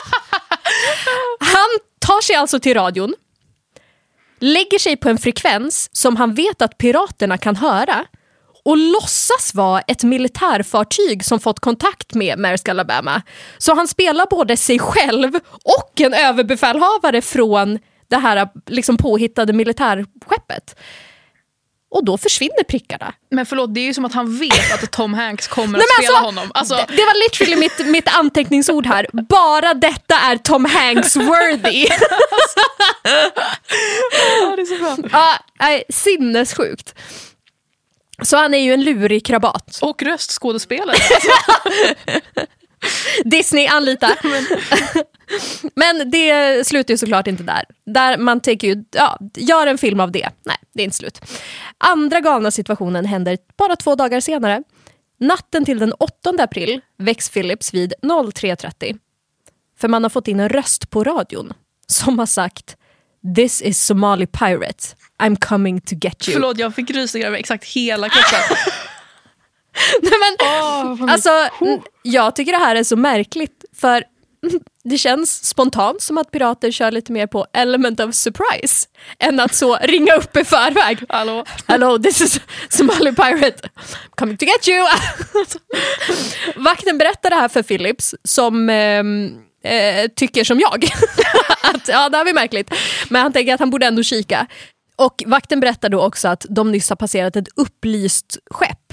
Han tar sig alltså till radion, lägger sig på en frekvens som han vet att piraterna kan höra och låtsas vara ett militärfartyg som fått kontakt med Maersk Alabama. Så han spelar både sig själv och en överbefälhavare från det här liksom påhittade militärskeppet. Och då försvinner prickarna. Men förlåt, det är ju som att han vet att Tom Hanks kommer att spela honom. Alltså... Det var literally mitt anteckningsord här. Bara detta är Tom Hanks worthy. Ja, det är så bra. Ja, sinnessjukt. Så han är ju en lurig krabat. Och röstskådespelare. Disney anlitar. Men det slutar ju såklart inte där. Där man tänker ju, gör en film av det. Nej, det är inte slut. Andra galna situationen händer bara 2 dagar senare. Natten till den 8 april väcks Phillips vid 03:30. För man har fått in en röst på radion som har sagt: "This is Somali pirate. I'm coming to get you." Förlåt, jag fick rysningar över exakt hela kroppen. Nej, men, alltså, jag tycker det här är så märkligt för det känns spontant som att pirater kör lite mer på element of surprise än att så ringa upp i förväg. Hello, this is Somali pirate. Coming to get you. Vakten berättar det här för Phillips som tycker som jag. Att, det här är märkligt. Men han tänker att han borde ändå kika. Och vakten berättar då också att de nyss har passerat ett upplyst skepp.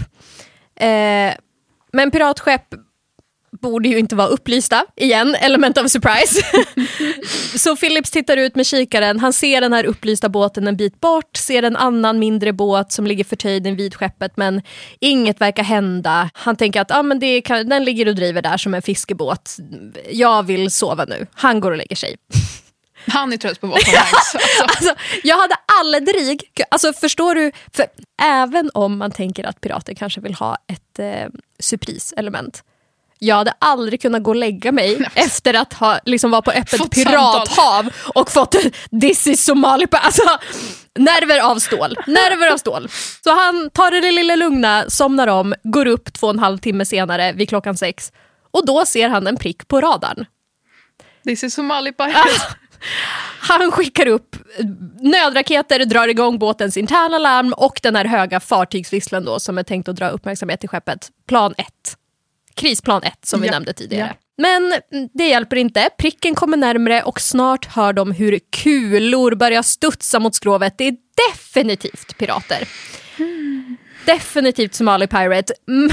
Men piratskepp borde ju inte vara upplysta igen, element of surprise. Så Phillips tittar ut med kikaren, han ser den här upplysta båten en bit bort, ser en annan mindre båt som ligger förtöjd vid skeppet, men inget verkar hända. Han tänker att men den ligger och driver där som en fiskebåt. Jag vill sova nu. Han går och lägger sig. Han är trött på vad som helst. Alltså, jag hade aldrig, förstår du, för även om man tänker att pirater kanske vill ha ett surpriselement. Jag hade aldrig kunnat gå och lägga mig efter att ha vara på öppet pirathav och fått this is Somali. Alltså, nerver av stål. Så han tar det lilla lugna, somnar om, går upp 2,5 timmar senare vid 6:00 och då ser han en prick på radarn. This is Somali pirate. Han skickar upp nödraketer, drar igång båtens interna larm och den här höga fartygsvisseln då som är tänkt att dra uppmärksamhet till skeppet. Plan 1. Krisplan 1 som vi nämnde tidigare. Ja. Men det hjälper inte. Pricken kommer närmare och snart hör de hur kulor börjar studsa mot skrovet. Det är definitivt pirater. Definitivt Somali pirate.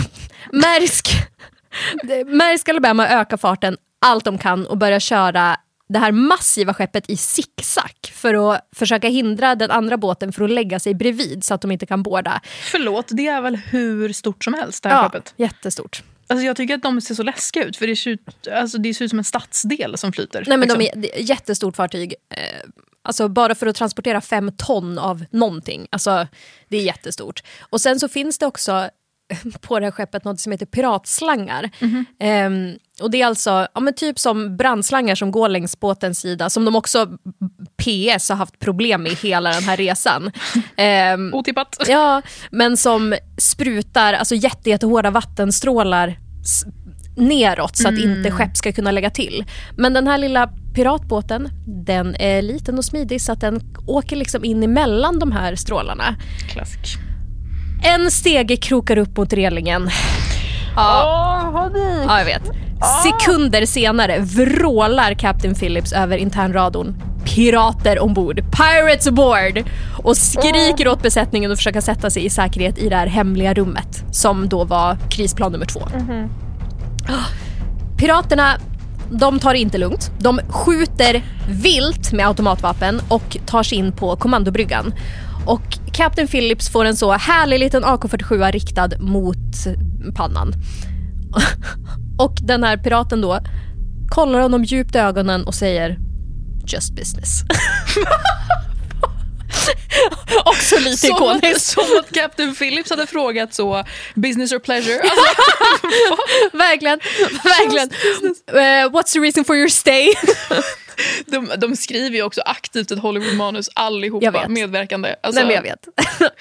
Maersk Alabama ökar farten allt de kan och börjar köra det här massiva skeppet i zigzag för att försöka hindra den andra båten för att lägga sig bredvid så att de inte kan borda. Förlåt, det är väl hur stort som helst det här skeppet? Jättestort. Alltså jag tycker att de ser så läskiga ut för det ser ut som en stadsdel som flyter. Nej, men de är jättestort fartyg. Alltså bara för att transportera 5 ton av någonting. Alltså det är jättestort. Och sen så finns det också på det här skeppet något som heter piratslangar. Och det är alltså typ som brandslangar som går längs båtens sida som de också PS har haft problem med hela den här resan. Otippat. Ja, men som sprutar alltså jättehårda vattenstrålar neråt så att inte skepp ska kunna lägga till. Men den här lilla piratbåten, den är liten och smidig så att den åker in emellan de här strålarna. Klassik. En stege krokar upp mot relingen. Ja, jag vet. Sekunder senare vrålar Captain Phillips över internradion. Pirater ombord. Pirates aboard! Och skriker åt besättningen att försöka sätta sig i säkerhet i det här hemliga rummet som då var krisplan nummer 2. Piraterna, de tar det inte lugnt. De skjuter vilt med automatvapen och tar sig in på kommandobryggan. Och Captain Phillips får en så härlig liten AK-47 riktad mot pannan. Och den här piraten då kollar honom djupt i ögonen och säger just business. Också lite ikoniskt. Som att Captain Phillips hade frågat så business or pleasure. Alltså, verkligen. What's the reason for your stay? De skriver ju också aktivt ett Hollywood-manus allihopa medverkande. Alltså, nej, men jag vet.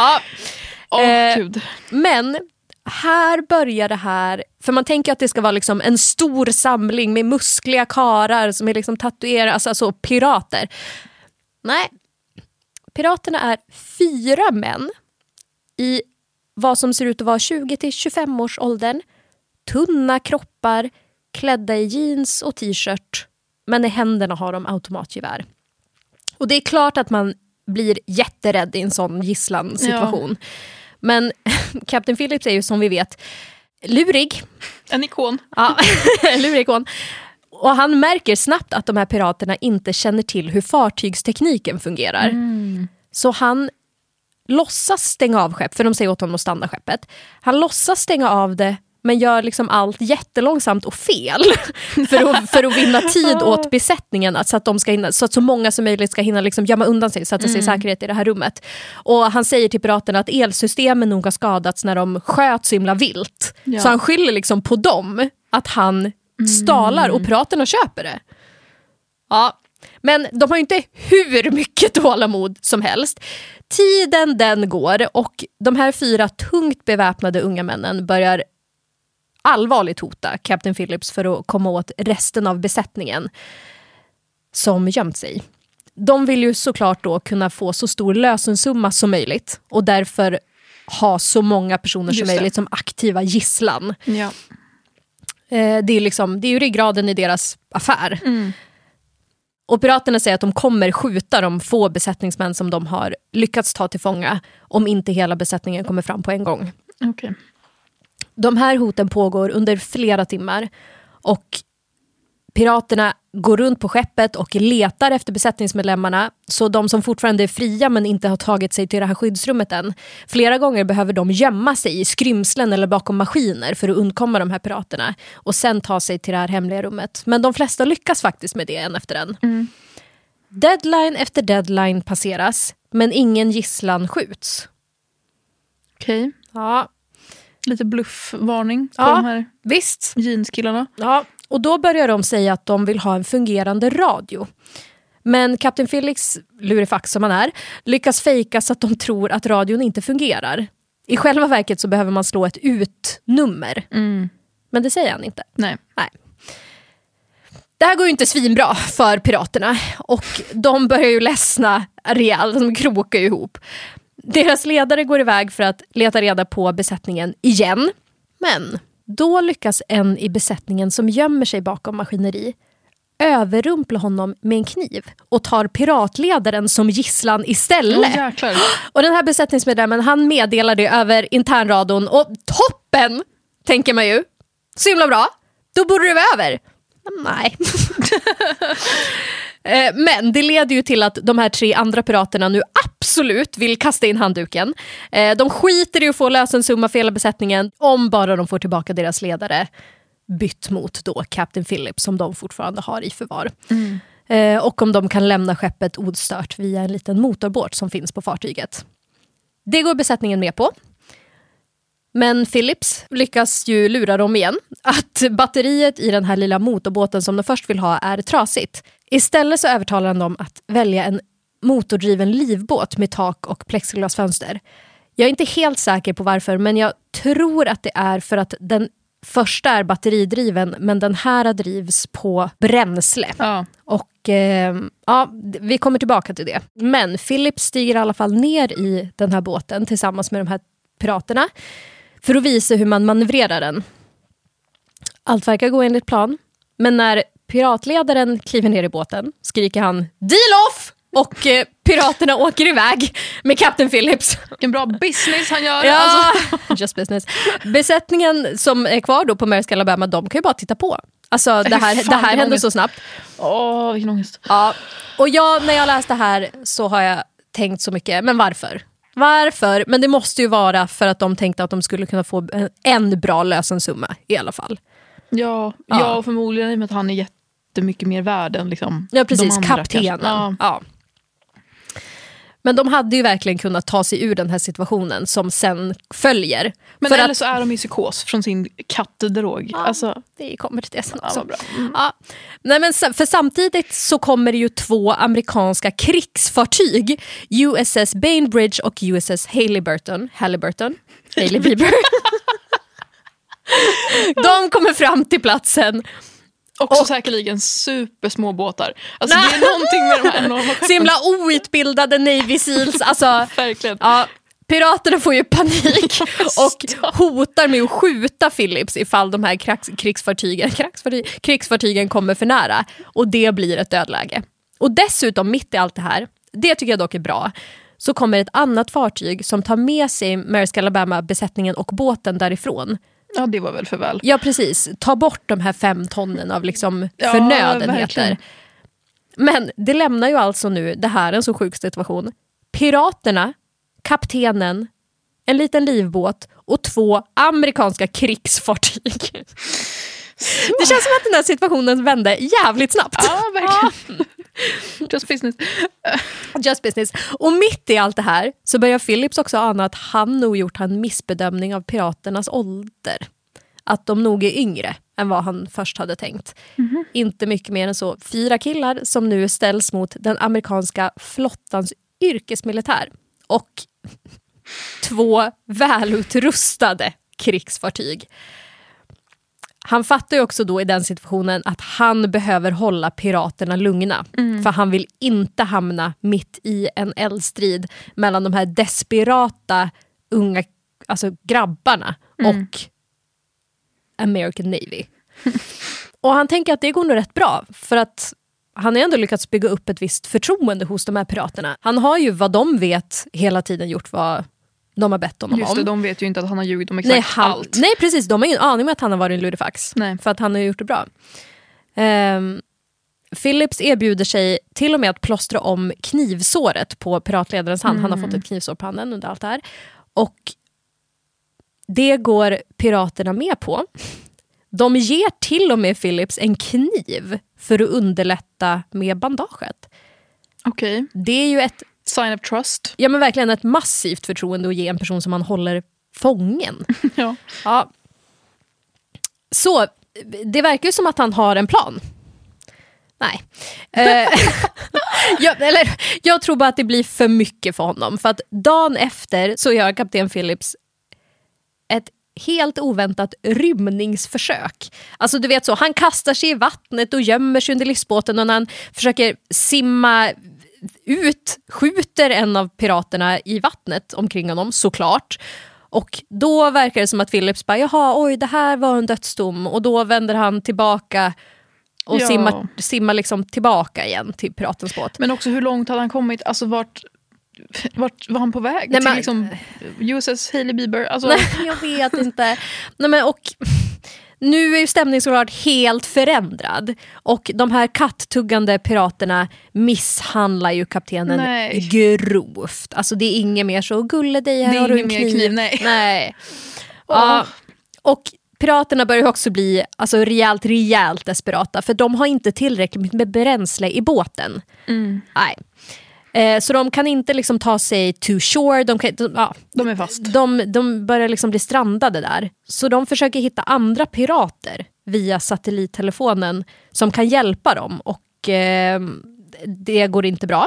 Gud. Men här börjar det här, för man tänker att det ska vara en stor samling med muskliga karar som är tatuerade, alltså pirater. Nej, piraterna är 4 män i vad som ser ut att vara 20-25 års åldern, tunna kroppar, klädda i jeans och t-shirt, men i händerna har de automatgevär. Och det är klart att man blir jätterädd i en sån gisslansituation. Ja. Men Captain Phillips är ju som vi vet lurig. En ikon. Ja, en lurig ikon. Och han märker snabbt att de här piraterna inte känner till hur fartygstekniken fungerar. Så han låtsas stänga av skepp, för de säger åt honom att stanna skeppet. Han låtsas stänga av det, men gör allt jättelångsamt och fel för att vinna tid åt besättningen, så att de ska hinna, så att så många som möjligt ska hinna gömma undan sig, sätta sig i säkerhet i det här rummet. Och han säger till piraterna att elsystemen nog har skadats när de sköt så himla vilt. Ja. Så han skyller på dem att han stalar och piraterna köper det. Ja, men de har ju inte hur mycket tålamod som helst. Tiden den går och de här 4 tungt beväpnade unga männen börjar allvarligt hota Captain Phillips för att komma åt resten av besättningen som gömt sig. De vill ju såklart då kunna få så stor lösensumma som möjligt och därför ha så många personer som möjligt som aktiva gisslan. Ja. Det är ju ryggraden i deras affär. Och piraterna säger att de kommer skjuta de få besättningsmän som de har lyckats ta till fånga om inte hela besättningen kommer fram på en gång. Okay. De här hoten pågår under flera timmar och piraterna går runt på skeppet och letar efter besättningsmedlemmarna, så de som fortfarande är fria men inte har tagit sig till det här skyddsrummet än. Flera gånger behöver de gömma sig i skrymslen eller bakom maskiner för att undkomma de här piraterna och sen ta sig till det här hemliga rummet. Men de flesta lyckas faktiskt med det en efter en. Deadline efter deadline passeras, men ingen gisslan skjuts. Okej. Ja. Lite bluffvarning på de här jeanskillarna. Ja, och då börjar de säga att de vill ha en fungerande radio. Men Captain Felix, lurifax som han är, lyckas fejka så att de tror att radion inte fungerar. I själva verket så behöver man slå ett ut-nummer. Men det säger han inte. Nej. Det här går ju inte svinbra för piraterna. Och de börjar ju ledsna rejält. De krokar ju ihop. Deras ledare går iväg för att leta reda på besättningen igen. Men då lyckas en i besättningen som gömmer sig bakom maskineri överrumpla honom med en kniv och tar piratledaren som gisslan istället. Jäklar. Och den här besättningsmedlemmen, han meddelar det över internradion och toppen, tänker man ju. Så himla bra. Då borde det vara över. Nej. Men det leder ju till att de här 3 andra piraterna nu absolut vill kasta in handduken. De skiter i att få lösensumma för hela besättningen om bara de får tillbaka deras ledare, bytt mot då Captain Phillips som de fortfarande har i förvar. Och om de kan lämna skeppet ostört via en liten motorbåt som finns på fartyget. Det går besättningen med på. Men Phillips lyckas ju lura dem igen att batteriet i den här lilla motorbåten som de först vill ha är trasigt. Istället så övertalar han dem att välja en motordriven livbåt med tak och plexiglasfönster. Jag är inte helt säker på varför, men jag tror att det är för att den första är batteridriven men den här drivs på bränsle. Ja. Och vi kommer tillbaka till det. Men Phillips stiger i alla fall ner i den här båten tillsammans med de här piraterna för att visa hur man manövrerar den. Allt verkar gå enligt plan. Men när piratledaren kliver ner i båten skriker han "Deal off!" och piraterna åker iväg med Captain Phillips. Vilken bra business han gör. Ja, alltså. Just business. Besättningen som är kvar då på Maersk Alabama, de kan ju bara titta på. Alltså det här händer så snabbt. Vilken ångest. Ja, och när jag läste det här så har jag tänkt så mycket. Men varför? Varför? Men det måste ju vara för att de tänkte att de skulle kunna få en bra lösensumma i alla fall. Ja, förmodligen i och med att han är jättemycket mer värd än liksom precis, de andra kaptenen. Ja. Men de hade ju verkligen kunnat ta sig ur den här situationen som sen följer. Men eller så är de i psykos från sin kattedrog. Ja, alltså. det kommer till det sen också. Ja, bra. Ja. Nej, men för samtidigt så kommer det ju 2 amerikanska krigsfartyg. USS Bainbridge och USS Halliburton. De kommer fram till platsen. Också säkerligen supersmå båtar. Alltså det är någonting med de här enorma skeppen. Så himla outbildade Navy Seals. Alltså, verkligen. Ja, piraterna får ju panik och hotar med att skjuta Phillips ifall de här krigsfartygen kommer för nära. Och det blir ett dödläge. Och dessutom mitt i allt det här, det tycker jag dock är bra, så kommer ett annat fartyg som tar med sig Maersk Alabama-besättningen och båten därifrån. Ja, det var väl för väl. Ja, precis. Ta bort de här 5 tonnen av liksom förnödenheter. Verkligen. Men det lämnar ju alltså nu, det här är en så sjuk situation. Piraterna, kaptenen, en liten livbåt och 2 amerikanska krigsfartyg. Det känns som att den här situationen vände jävligt snabbt. Ja, verkligen. Just business. Just business. Och mitt i allt det här så börjar Phillips också ana att han nog gjort en missbedömning av piraternas ålder. Att de nog är yngre än vad han först hade tänkt. Inte mycket mer än så. 4 killar som nu ställs mot den amerikanska flottans yrkesmilitär. Och 2 välutrustade krigsfartyg. Han fattar ju också då i den situationen att han behöver hålla piraterna lugna. För han vill inte hamna mitt i en eldstrid mellan de här desperata unga grabbarna och American Navy. Och han tänker att det går nog rätt bra. För att han har ändå lyckats bygga upp ett visst förtroende hos de här piraterna. Han har ju vad de vet hela tiden gjort vad de har bett honom om. Just det, de vet ju inte att han har ljugit om exakt allt. Nej, precis. De har ju en aning om att han har varit en lurifax. Nej. För att han har gjort det bra. Phillips erbjuder sig till och med att plåstra om knivsåret på piratledarens hand. Han har fått ett knivsår på handen under allt det här. Och det går piraterna med på. De ger till och med Phillips en kniv för att underlätta med bandaget. Okej. Det är ju ett sign of trust. Ja, men verkligen ett massivt förtroende att ge en person som man håller fången. Ja. Så det verkar ju som att han har en plan. Nej. Jag tror bara att det blir för mycket för honom. För att dagen efter så gör kapten Phillips ett helt oväntat rymningsförsök. Alltså du vet så, han kastar sig i vattnet och gömmer sig under livsbåten, och när han försöker simma ut skjuter en av piraterna i vattnet omkring honom, såklart. Och då verkar det som att Phillips bara, jaha, oj, det här var en dödsdom. Och då vänder han tillbaka och simmar liksom tillbaka igen till piratens båt. Men också hur långt hade han kommit? Alltså vart var han på väg? Nej, till liksom USS Hailey Bieber? Alltså. Nej, jag vet inte. Nej, men och nu är ju stämningen såklart helt förändrad. Och de här katttuggande piraterna misshandlar ju kaptenen grovt. Alltså det är inget mer så, gulle dig, här har du en kniv. Nej. Och piraterna börjar också bli alltså rejält desperata. För de har inte tillräckligt med bränsle i båten. Nej. Så de kan inte liksom ta sig to shore. De är fast. De börjar liksom bli strandade där. Så de försöker hitta andra pirater via satellittelefonen som kan hjälpa dem. Och det går inte bra.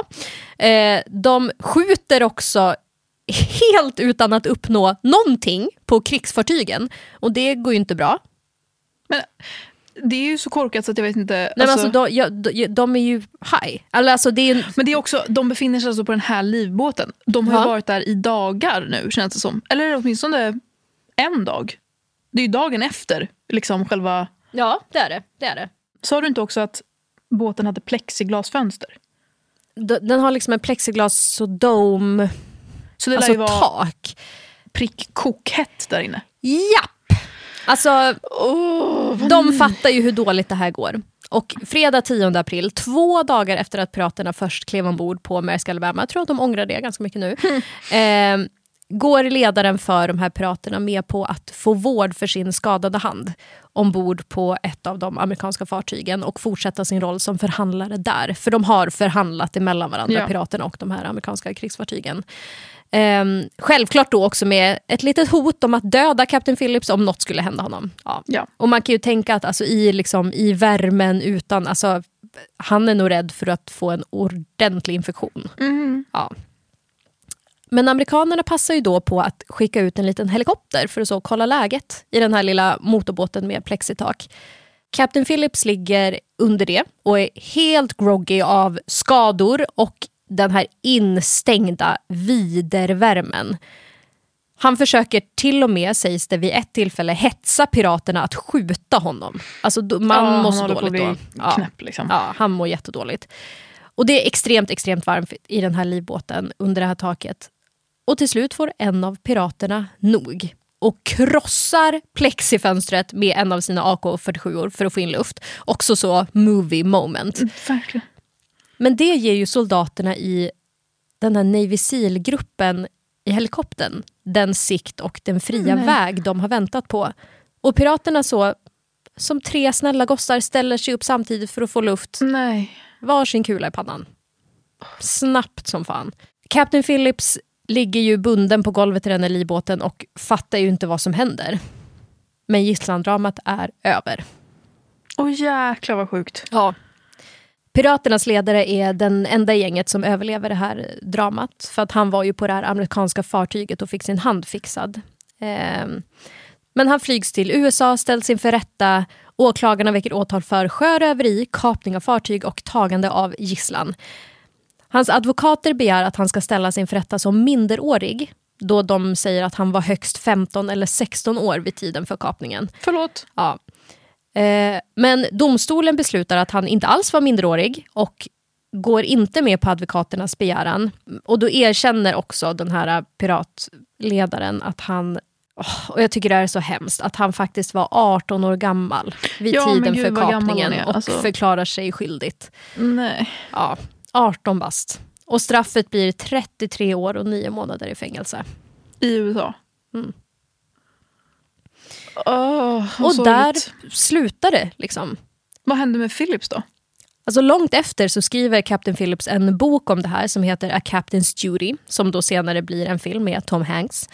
De skjuter också helt utan att uppnå någonting på krigsfartygen. Och det går ju inte bra. Men det är ju så korkat så att jag vet inte. Nej, alltså, de är ju high. Alltså, det är men det är också, de befinner sig alltså på den här livbåten. De har varit där i dagar nu, känns det som. Eller åtminstone en dag. Det är ju dagen efter liksom själva. Ja, det är det. Sa du inte också att båten hade plexiglasfönster? Den har liksom en plexiglas och dome. Så det alltså lär ju vara tak. Prick kokhett där inne. Japp! Alltså, de fattar ju hur dåligt det här går. Och fredag 10 april, 2 dagar efter att piraterna först klev ombord på Maersk Alabama, jag tror att de ångrar det ganska mycket nu, går ledaren för de här piraterna med på att få vård för sin skadade hand ombord på ett av de amerikanska fartygen och fortsätta sin roll som förhandlare där. För de har förhandlat emellan varandra, piraterna och de här amerikanska krigsfartygen. Självklart då också med ett litet hot om att döda Captain Phillips om något skulle hända honom. Ja. Och man kan ju tänka att alltså, i värmen utan, alltså, han är nog rädd för att få en ordentlig infektion. Ja. Men amerikanerna passar ju då på att skicka ut en liten helikopter för att så kolla läget i den här lilla motorbåten med plexitak. Captain Phillips ligger under det och är helt groggy av skador och den här instängda vidervärmen. Han försöker till och med, sägs det vid ett tillfälle, hetsa piraterna att skjuta honom. Alltså man mår så dåligt då. Knäpp, liksom. Ja, han mår jättedåligt. Och det är extremt varmt i den här livbåten under det här taket. Och till slut får en av piraterna nog och krossar plexifönstret med en av sina AK-47 för att få in luft. Också så movie moment. Verkligen. Men det ger ju soldaterna i den här Navy SEAL-gruppen i helikoptern den sikt och den fria väg de har väntat på. Och piraterna så, som 3 snälla gossar, ställer sig upp samtidigt för att få luft. Varsin kula i pannan. Snabbt som fan. Captain Phillips ligger ju bunden på golvet i den här livbåten och fattar ju inte vad som händer. Men gisslandramat är över. Jäklar vad sjukt. Ja. Piraternas ledare är den enda gänget som överlever det här dramat. För att han var ju på det här amerikanska fartyget och fick sin hand fixad. Men han flygs till USA, ställs inför rätta. Åklagarna väcker åtal för sjöröveri, kapning av fartyg och tagande av gisslan. Hans advokater begär att han ska ställas inför rätta som minderårig. Då de säger att han var högst 15 eller 16 år vid tiden för kapningen. Förlåt. Ja. Men domstolen beslutar att han inte alls var minderårig och går inte med på advokaternas begäran. Och då erkänner också den här piratledaren att han, och jag tycker det är så hemskt, att han faktiskt var 18 år gammal vid tiden för kapningen och förklarar sig skyldigt. Nej. Ja, 18 bast. Och straffet blir 33 år och 9 månader i fängelse. I USA? Mm. Och där slutar det liksom. Vad hände med Phillips då? Alltså långt efter så skriver Captain Phillips en bok om det här som heter A Captain's Duty, som då senare blir en film med Tom Hanks.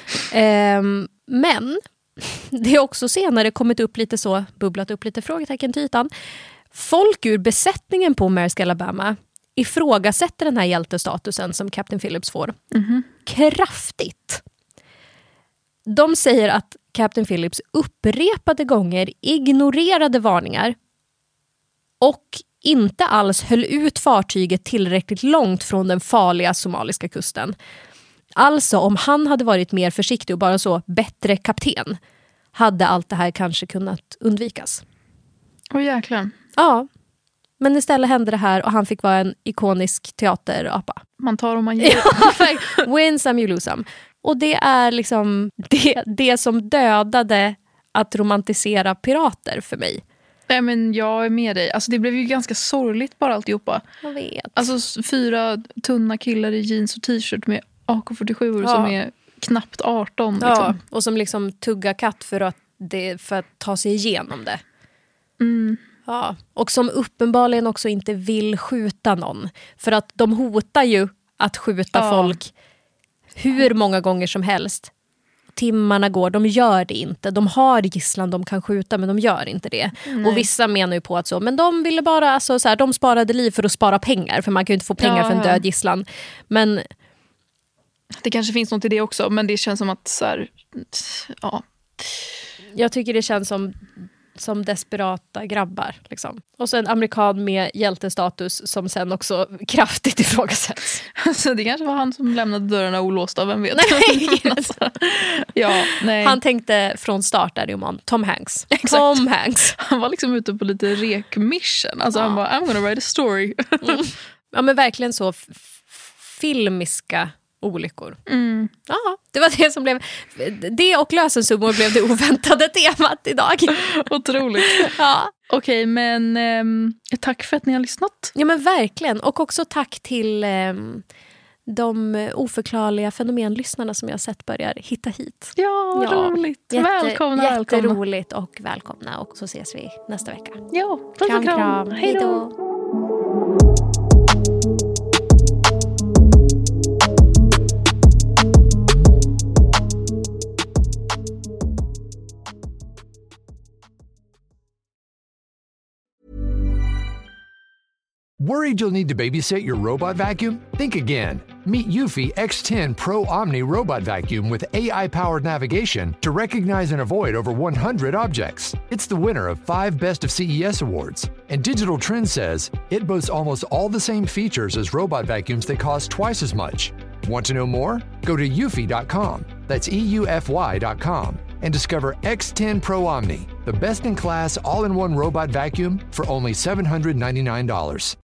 Men det är också senare bubblat upp lite frågetecken till ytan. Folk ur besättningen på Maersk Alabama ifrågasätter den här hjältestatusen som Captain Phillips får. Kraftigt. De säger att Captain Phillips upprepade gånger ignorerade varningar och inte alls höll ut fartyget tillräckligt långt från den farliga somaliska kusten. Alltså om han hade varit mer försiktig och bara så bättre kapten hade allt det här kanske kunnat undvikas. Jäklar. Ja, men istället hände det här och han fick vara en ikonisk teaterapa. Man tar om man ger. Win some, you lose some. Och det är liksom det som dödade att romantisera pirater för mig. Nej, men jag är med dig. Alltså det blev ju ganska sorgligt bara alltihopa. Jag vet. Alltså 4 tunna killar i jeans och t-shirt med AK-47 som är knappt 18. Liksom. Ja, och som liksom tuggar katt för att ta sig igenom det. Mm. Ja, och som uppenbarligen också inte vill skjuta någon. För att de hotar ju att skjuta folk hur många gånger som helst. Timmarna går, de gör det inte. De har gisslan de kan skjuta, men de gör inte det. Nej. Och vissa menar ju på att men de ville bara, alltså, så här, de sparade liv för att spara pengar. För man kan ju inte få pengar för en död gisslan. Men det kanske finns något i det också, men det känns som att så här, jag tycker det känns som desperata grabbar. Liksom. Och så en amerikan med hjältestatus som sen också kraftigt ifrågasätts. Så det kanske var han som lämnade dörrarna olåsta, vem vet? Nej. Han tänkte från start där om Tom Hanks. Exakt. Tom Hanks. Han var liksom ute på lite rekmission. Alltså han bara, I'm gonna write a story. Ja, men verkligen så filmiska olyckor. Ja, det var det som blev det, och lösensummor blev det oväntade temat idag. Otroligt. Ja. Okej, men tack för att ni har lyssnat. Ja, men verkligen. Och också tack till de oförklarliga fenomenlyssnarna som jag sett börjar hitta hit. Ja, roligt. Välkomna. Jätteroligt och välkomna. Och så ses vi nästa vecka. Ja, kram. Hej då. Worried you'll need to babysit your robot vacuum? Think again. Meet Eufy X10 Pro Omni Robot Vacuum with AI-powered navigation to recognize and avoid over 100 objects. It's the winner of 5 Best of CES awards. And Digital Trends says it boasts almost all the same features as robot vacuums that cost twice as much. Want to know more? Go to eufy.com. That's EUFY.com. And discover X10 Pro Omni, the best-in-class all-in-one robot vacuum for only $799.